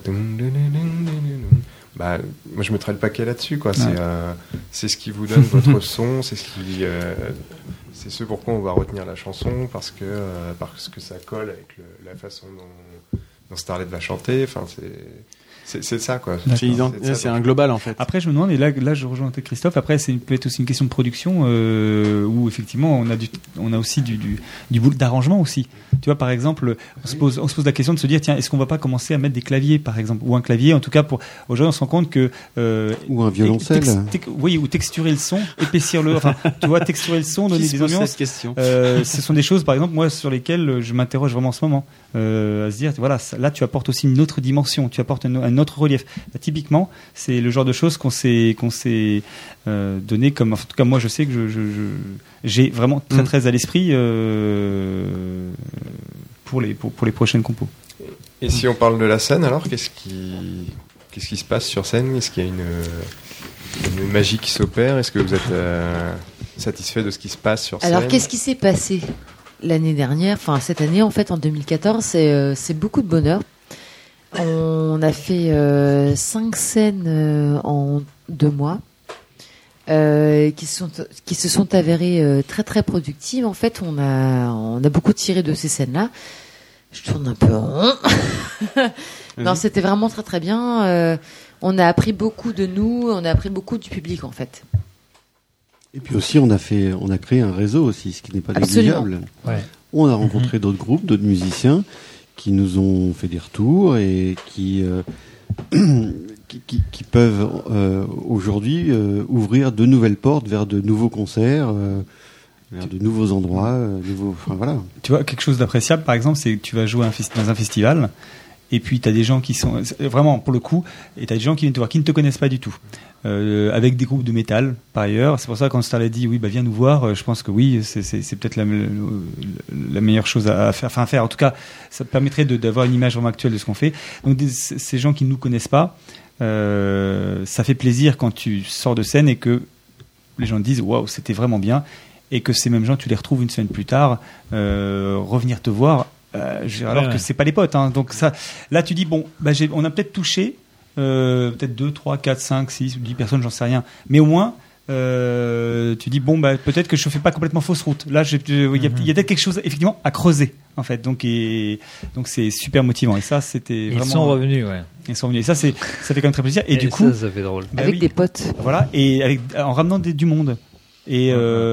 Speaker 7: Bah, moi, je mettrais le paquet là-dessus, quoi. Ouais. C'est, euh, c'est ce qui vous donne votre son, c'est ce qui, euh, c'est ce pourquoi on va retenir la chanson parce que euh, parce que ça colle avec le, la façon dont, dont Starlet va chanter. Enfin, c'est C'est, c'est ça, quoi.
Speaker 1: C'est, ident- c'est, ça, c'est un global, en fait.
Speaker 3: Après, je me demande, et là, là je rejoins Christophe, après, c'est peut-être aussi une question de production euh, où, effectivement, on a, du, on a aussi du, du, du boulot d'arrangement aussi. Tu vois, par exemple, on se, pose, on se pose la question de se dire, tiens, est-ce qu'on va pas commencer à mettre des claviers, par exemple, ou un clavier, en tout cas, pour aujourd'hui, on se rend compte que... Euh,
Speaker 5: ou un violoncelle.
Speaker 3: Tex, tex, oui, ou texturer le son, épaissir le... Enfin, tu vois, texturer le son, donner
Speaker 1: Qui
Speaker 3: des ambiances.
Speaker 1: Cette question
Speaker 3: euh, ce sont des choses, par exemple, moi, sur lesquelles je m'interroge vraiment en ce moment. Euh, à se dire, voilà, là, tu apportes aussi une autre dimension, tu apportes un, un autre relief. Bah, typiquement, c'est le genre de choses qu'on s'est, qu'on s'est euh, donné comme, en tout cas, moi, je sais que je, je, je, j'ai vraiment très, très à l'esprit euh, pour, les, pour, pour les prochaines compos.
Speaker 7: Et si on parle de la scène, alors, qu'est-ce qui, qu'est-ce qui se passe sur scène ? Est-ce qu'il y a une, une magie qui s'opère ? Est-ce que vous êtes euh, satisfait de ce qui se passe sur scène ?
Speaker 6: Alors, qu'est-ce qui s'est passé l'année dernière, enfin cette année en fait, en deux mille quatorze, c'est, euh, c'est beaucoup de bonheur. On a fait euh, cinq scènes euh, en deux mois. Euh, qui, sont, qui se sont avérées euh, très très productives. En fait, on a, on a beaucoup tiré de ces scènes-là. Je tourne un peu en rond. Non, c'était vraiment très très bien. Euh, on a appris beaucoup de nous, on a appris beaucoup du public en fait.
Speaker 5: Et puis aussi, on a fait, on a créé un réseau aussi, ce qui n'est pas négligeable.
Speaker 2: Ouais.
Speaker 5: On a rencontré mm-hmm. d'autres groupes, d'autres musiciens qui nous ont fait des retours et qui euh, qui, qui, qui peuvent euh, aujourd'hui euh, ouvrir de nouvelles portes vers de nouveaux concerts. Euh, vers de nouveaux endroits, euh, nouveaux, enfin voilà.
Speaker 3: Tu vois, quelque chose d'appréciable, par exemple, c'est que tu vas jouer un festi- dans un festival, et puis tu as des gens qui sont, vraiment, pour le coup, et tu as des gens qui viennent te voir, qui ne te connaissent pas du tout, euh, avec des groupes de métal, par ailleurs. C'est pour ça, quand Starlet dit, oui, bah viens nous voir, euh, je pense que oui, c'est, c'est, c'est peut-être la, la meilleure chose à faire, enfin à faire. En tout cas, ça te permettrait de, d'avoir une image vraiment actuelle de ce qu'on fait. Donc, des, ces gens qui ne nous connaissent pas, euh, ça fait plaisir quand tu sors de scène et que les gens te disent, waouh, c'était vraiment bien. Et que ces mêmes gens, tu les retrouves une semaine plus tard, euh, revenir te voir, euh, alors ouais, que ouais. c'est pas les potes. Hein. Donc ça, là, tu dis bon, bah, j'ai, on a peut-être touché euh, peut-être deux, trois, quatre, cinq, six, dix personnes, j'en sais rien. Mais au moins, euh, tu dis bon, bah, peut-être que je fais pas complètement fausse route. Là, il y, mm-hmm. y a peut-être quelque chose effectivement à creuser en fait. Donc et donc c'est super motivant. Et ça, c'était
Speaker 2: ils
Speaker 3: vraiment.
Speaker 2: Ils sont revenus, ouais.
Speaker 3: Ils sont revenus. Et ça, c'est ça fait quand même très plaisir. Et, et du
Speaker 2: ça,
Speaker 3: coup,
Speaker 2: ça fait drôle.
Speaker 6: Bah, avec
Speaker 3: oui,
Speaker 6: des potes.
Speaker 3: Voilà. Et avec en ramenant des, du monde. Et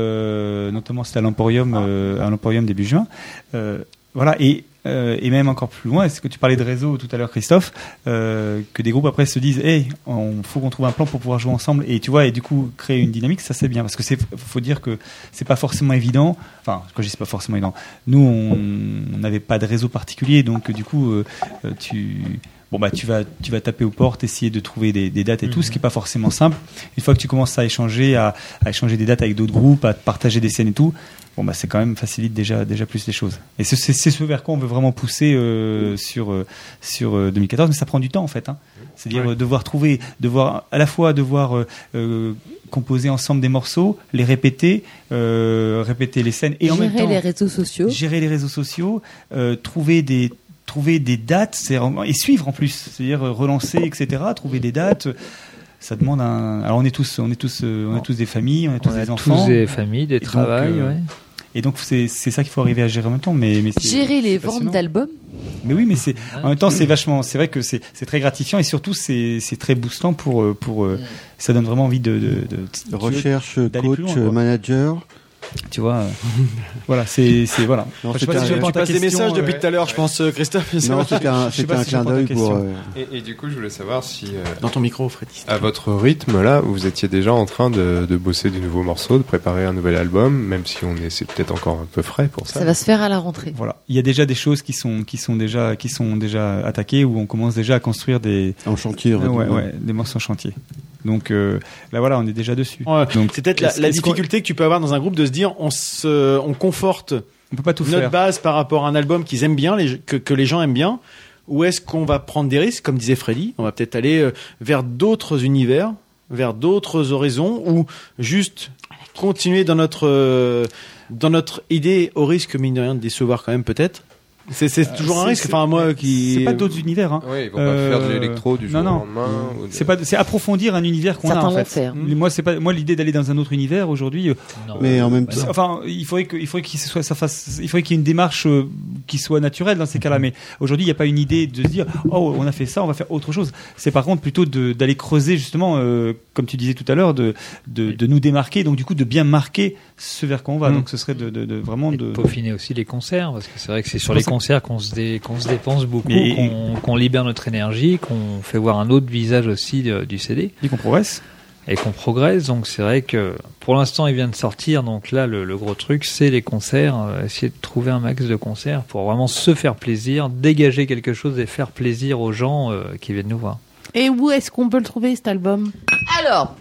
Speaker 3: euh, notamment c'était à l'Emporium, euh, à l'Emporium début juin. Euh, voilà et euh, et même encore plus loin, est-ce que tu parlais de réseau tout à l'heure, Christophe, euh, que des groupes après se disent, hey, on faut qu'on trouve un plan pour pouvoir jouer ensemble et tu vois et du coup créer une dynamique, ça c'est bien parce que c'est faut dire que c'est pas forcément évident. Enfin, quand je dis c'est pas forcément évident, nous on n'avait pas de réseau particulier donc du coup euh, tu Bon bah tu vas tu vas taper aux portes, essayer de trouver des, des dates et mmh. tout, ce qui est pas forcément simple. Une fois que tu commences à échanger, à, à échanger des dates avec d'autres groupes, à partager des scènes et tout, bon bah c'est quand même facilite déjà déjà plus les choses. Et c'est c'est, c'est ce vers quoi on veut vraiment pousser euh, sur euh, sur euh, deux mille quatorze, mais ça prend du temps en fait. Hein. C'est-à-dire ouais. euh, devoir trouver, devoir à la fois devoir euh, euh, composer ensemble des morceaux, les répéter, euh, répéter les scènes et
Speaker 6: gérer
Speaker 3: en même temps
Speaker 6: les réseaux sociaux,
Speaker 3: gérer les réseaux sociaux, euh, trouver des trouver des dates c'est, et suivre en plus, c'est-à-dire relancer, et cetera. Trouver des dates, ça demande un. Alors on est tous, on est tous, on est tous des familles, on est tous
Speaker 2: on
Speaker 3: des
Speaker 2: a
Speaker 3: enfants,
Speaker 2: tous des familles, des travails, euh, ouais.
Speaker 3: Et donc c'est c'est ça qu'il faut arriver à gérer en même temps. Mais, mais c'est,
Speaker 6: gérer les
Speaker 3: c'est
Speaker 6: ventes
Speaker 3: passionnant.
Speaker 6: d'albums.
Speaker 3: Mais oui, mais c'est en même temps c'est vachement. C'est vrai que c'est c'est très gratifiant et surtout c'est c'est très boostant pour pour. Mm. Ça donne vraiment envie de de, de, de
Speaker 5: recherche, coach, loin, manager.
Speaker 3: Tu vois, euh, voilà, c'est, c'est voilà.
Speaker 1: Non, je sais pas si tu passes des messages depuis tout à l'heure, je pense, Christophe.
Speaker 5: Non, c'était un, c'était un clin d'œil pour. Euh...
Speaker 7: Et, et du coup, je voulais savoir si euh,
Speaker 1: dans ton micro, Freddy.
Speaker 7: À votre rythme là, vous étiez déjà en train de, de bosser des nouveaux morceaux, de préparer un nouvel album, même si on est, c'est peut-être encore un peu frais pour ça.
Speaker 6: Ça va se faire à la rentrée.
Speaker 3: Voilà, il y a déjà des choses qui sont qui sont déjà qui sont déjà attaquées où on commence déjà à construire des
Speaker 5: en chantier,
Speaker 3: euh, ouais, ouais, des morceaux en chantier. Donc euh, là voilà, on est déjà dessus.
Speaker 1: Ouais,
Speaker 3: donc
Speaker 1: c'est peut-être la, la difficulté que tu peux avoir dans un groupe de se dire on se on conforte
Speaker 3: on peut pas tout
Speaker 1: notre
Speaker 3: faire.
Speaker 1: base par rapport à un album qu'ils aiment bien, les, que que les gens aiment bien, ou est-ce qu'on va prendre des risques comme disait Freddy, on va peut-être aller euh, vers d'autres univers, vers d'autres horizons ou juste continuer dans notre euh, dans notre idée au risque mine de rien de décevoir quand même peut-être. C'est, c'est toujours euh, un risque. Enfin, moi qui.
Speaker 3: C'est pas d'autres univers. Hein.
Speaker 7: Oui, ils vont pas euh, faire de l'électro du jour
Speaker 3: non, non.
Speaker 7: au lendemain.
Speaker 3: Mmh. C'est pas. C'est approfondir un univers qu'on
Speaker 6: Certains
Speaker 3: a en fait.
Speaker 6: Faire.
Speaker 3: Mmh. Moi, c'est pas. Moi, l'idée d'aller dans un autre univers aujourd'hui.
Speaker 5: Non, mais en même temps.
Speaker 3: Enfin, il faudrait que, il faudrait qu'il soit, ça fasse. Il faudrait qu'il y ait une démarche euh, qui soit naturelle dans ces cas-là. Mais aujourd'hui, il n'y a pas une idée de se dire, oh, on a fait ça, on va faire autre chose. C'est par contre plutôt de, d'aller creuser justement, euh, comme tu disais tout à l'heure, de, de, de nous démarquer. Donc du coup, de bien marquer ce vers quoi on va. Mmh. Donc ce serait de, de, de vraiment
Speaker 2: et
Speaker 3: de.
Speaker 2: peaufiner aussi les concerts, parce que c'est vrai que c'est sur les concerts qu'on se dé qu'on se dépense beaucoup,
Speaker 3: Mais,
Speaker 2: qu'on, qu'on libère notre énergie, qu'on fait voir un autre visage aussi de, du C D.
Speaker 3: Et qu'on progresse.
Speaker 2: Et qu'on progresse, donc c'est vrai que pour l'instant il vient de sortir, donc là le, le gros truc c'est les concerts, euh, essayer de trouver un max de concerts pour vraiment se faire plaisir, dégager quelque chose et faire plaisir aux gens euh, qui viennent nous voir.
Speaker 4: Et où est-ce qu'on peut le trouver cet album ?
Speaker 6: Alors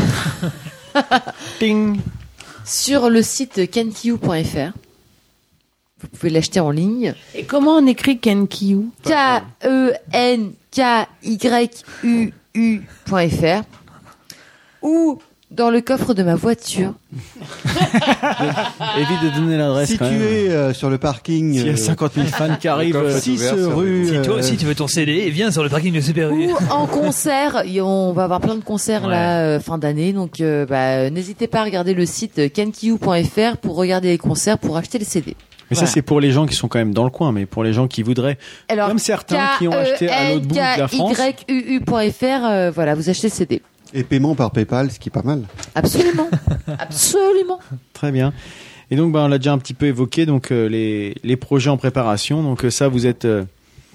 Speaker 1: Ting.
Speaker 6: Sur le site kenkiu point f r. Vous pouvez l'acheter en ligne.
Speaker 4: Et comment on écrit Kenkiu ?
Speaker 6: K E N K Y U U point f r. Ou Dans le coffre de ma voiture.
Speaker 1: Évite de donner l'adresse.
Speaker 5: Si
Speaker 1: quand
Speaker 5: tu
Speaker 1: même.
Speaker 5: es euh, sur le parking,
Speaker 1: s'il y a cinquante mille fans qui arrivent,
Speaker 5: six rue.
Speaker 2: Si toi
Speaker 5: euh,
Speaker 2: aussi tu veux ton C D, viens sur le parking de Super U.
Speaker 6: Ou en concert, y- on va avoir plein de concerts
Speaker 2: Ouais.
Speaker 6: là euh, fin d'année, donc euh, bah, n'hésitez pas à regarder le site kenkiu point f r pour regarder les concerts, pour acheter les C D.
Speaker 1: Mais
Speaker 6: Voilà.
Speaker 1: ça, c'est pour les gens qui sont quand même dans le coin, mais pour les gens qui voudraient,
Speaker 6: Alors,
Speaker 1: comme certains qui ont acheté à l'autre bout de la France.
Speaker 6: K E N K Y U U point f r, euh, voilà, vous achetez le C D.
Speaker 5: Et paiement par PayPal, ce qui est pas mal.
Speaker 6: Absolument, absolument.
Speaker 1: Très bien. Et donc, bah, on l'a déjà un petit peu évoqué, donc euh, les, les projets en préparation. Donc euh, ça, vous êtes euh,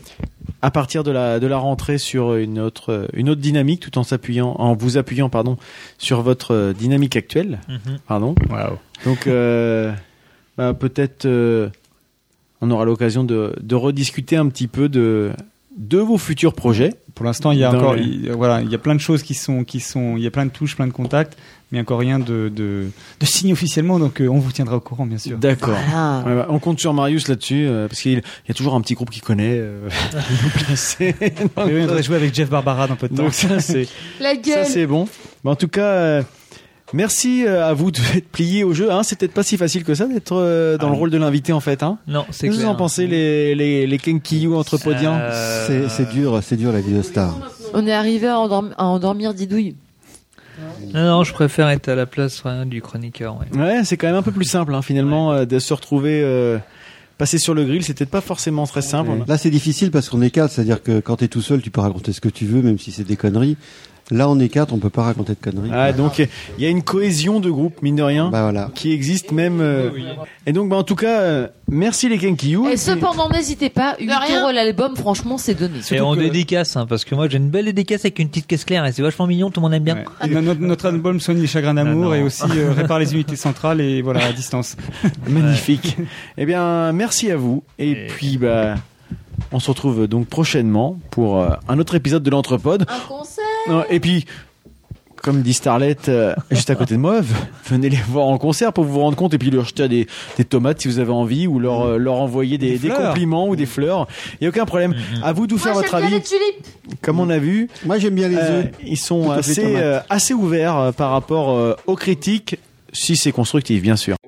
Speaker 1: à partir de la de la rentrée sur une autre euh, une autre dynamique, tout en s'appuyant, en vous appuyant, pardon, sur votre euh, dynamique actuelle.
Speaker 2: Mhm.
Speaker 1: Pardon.
Speaker 3: Waouh.
Speaker 1: Donc euh, bah, peut-être euh, on aura l'occasion de de rediscuter un petit peu de de vos futurs projets.
Speaker 3: Pour l'instant, il y a
Speaker 1: Dans
Speaker 3: encore,
Speaker 1: les-
Speaker 3: il, voilà, il y a plein de choses qui sont, qui sont, il y a plein de touches, plein de contacts, mais encore rien de, de, de signé officiellement, donc euh, on vous tiendra au courant, bien sûr.
Speaker 1: D'accord.
Speaker 6: Voilà.
Speaker 1: Ouais, bah, on compte sur Marius là-dessus euh, parce qu'il il y a toujours un petit groupe qui connaît. Euh, nous placer.
Speaker 3: Et oui, on devrait jouer avec Jeff Barbara dans peu de temps.
Speaker 1: Donc ça c'est
Speaker 6: La
Speaker 1: ça
Speaker 6: gueule.
Speaker 1: c'est bon. Mais en tout cas, euh, merci euh, à vous d'être pliés au jeu. Hein. C'est peut-être pas si facile que ça d'être euh, dans
Speaker 3: Ah
Speaker 1: le
Speaker 3: oui.
Speaker 1: rôle de l'invité en fait. Hein.
Speaker 2: Non, c'est
Speaker 1: Qu'est-ce que
Speaker 2: clair.
Speaker 1: vous en pensez les les les Kenkiyu entrepodiens
Speaker 2: Euh,
Speaker 5: C'est c'est dur, c'est dur la vie de star.
Speaker 6: On est arrivé à, endorm- à endormir Didouille.
Speaker 2: Non, non, je préfère être à la place ouais, du chroniqueur. Ouais.
Speaker 1: Ouais, c'est quand même un peu plus simple hein, finalement euh, de se retrouver euh, passer sur le grill. C'est peut-être pas forcément très simple.
Speaker 5: Là, c'est difficile parce qu'on est quatre, c'est-à-dire que quand t'es tout seul, tu peux raconter ce que tu veux, même si c'est des conneries. Là, on est quatre, on peut pas raconter de conneries.
Speaker 1: Ah, donc il y a une cohésion de groupe mine de rien.
Speaker 5: Bah voilà.
Speaker 1: Qui existe même. euh, Et donc, bah, en tout cas, euh, merci les Kenkiyu.
Speaker 6: Et
Speaker 1: puis-
Speaker 6: cependant, n'hésitez pas, huit
Speaker 4: rien.
Speaker 6: euros l'album, franchement, c'est donné.
Speaker 2: Et en
Speaker 3: que-
Speaker 2: dédicace, hein, parce que moi j'ai une belle dédicace avec une petite caisse claire et c'est vachement mignon, tout le monde aime bien.
Speaker 3: Ouais. Et notre, notre album soigne les chagrins
Speaker 2: Ah
Speaker 3: d'amour
Speaker 2: non.
Speaker 3: et aussi euh, répare les unités centrales et voilà à distance.
Speaker 1: Magnifique. Eh bien, merci à vous. Et,
Speaker 2: Et-
Speaker 1: puis, bah, on se retrouve donc prochainement pour euh, un autre épisode de l'Entrepode.
Speaker 6: Un concert.
Speaker 1: Non, Et puis, comme dit Starlet, euh, juste à côté de moi, v- venez les voir en concert pour vous rendre compte et puis leur jeter des, des tomates si vous avez envie ou leur, euh, leur envoyer des,
Speaker 3: Des
Speaker 1: des
Speaker 3: fleurs.
Speaker 1: compliments ou des fleurs. Il n'y a aucun problème. À vous de vous faire
Speaker 6: Moi,
Speaker 1: votre
Speaker 6: j'aime bien
Speaker 1: avis.
Speaker 6: les tulipes.
Speaker 1: Comme on a vu,
Speaker 5: Moi, j'aime bien les
Speaker 1: euh,
Speaker 5: œufs.
Speaker 1: ils sont
Speaker 5: Plutôt que les
Speaker 1: assez,
Speaker 5: tomates.
Speaker 1: euh, assez ouverts euh, par rapport euh, aux critiques, si c'est constructif, bien sûr.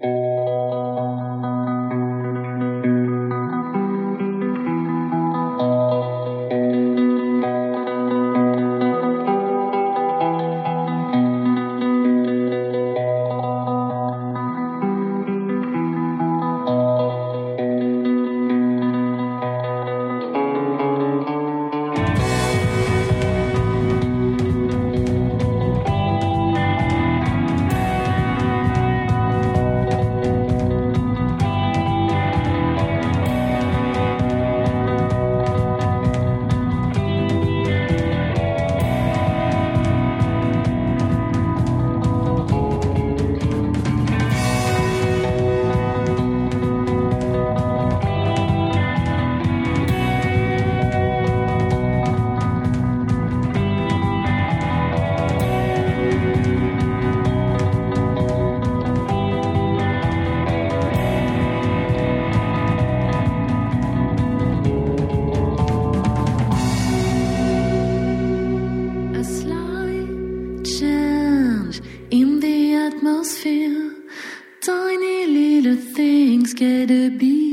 Speaker 8: A slight change in the atmosphere. Tiny little things get a beat.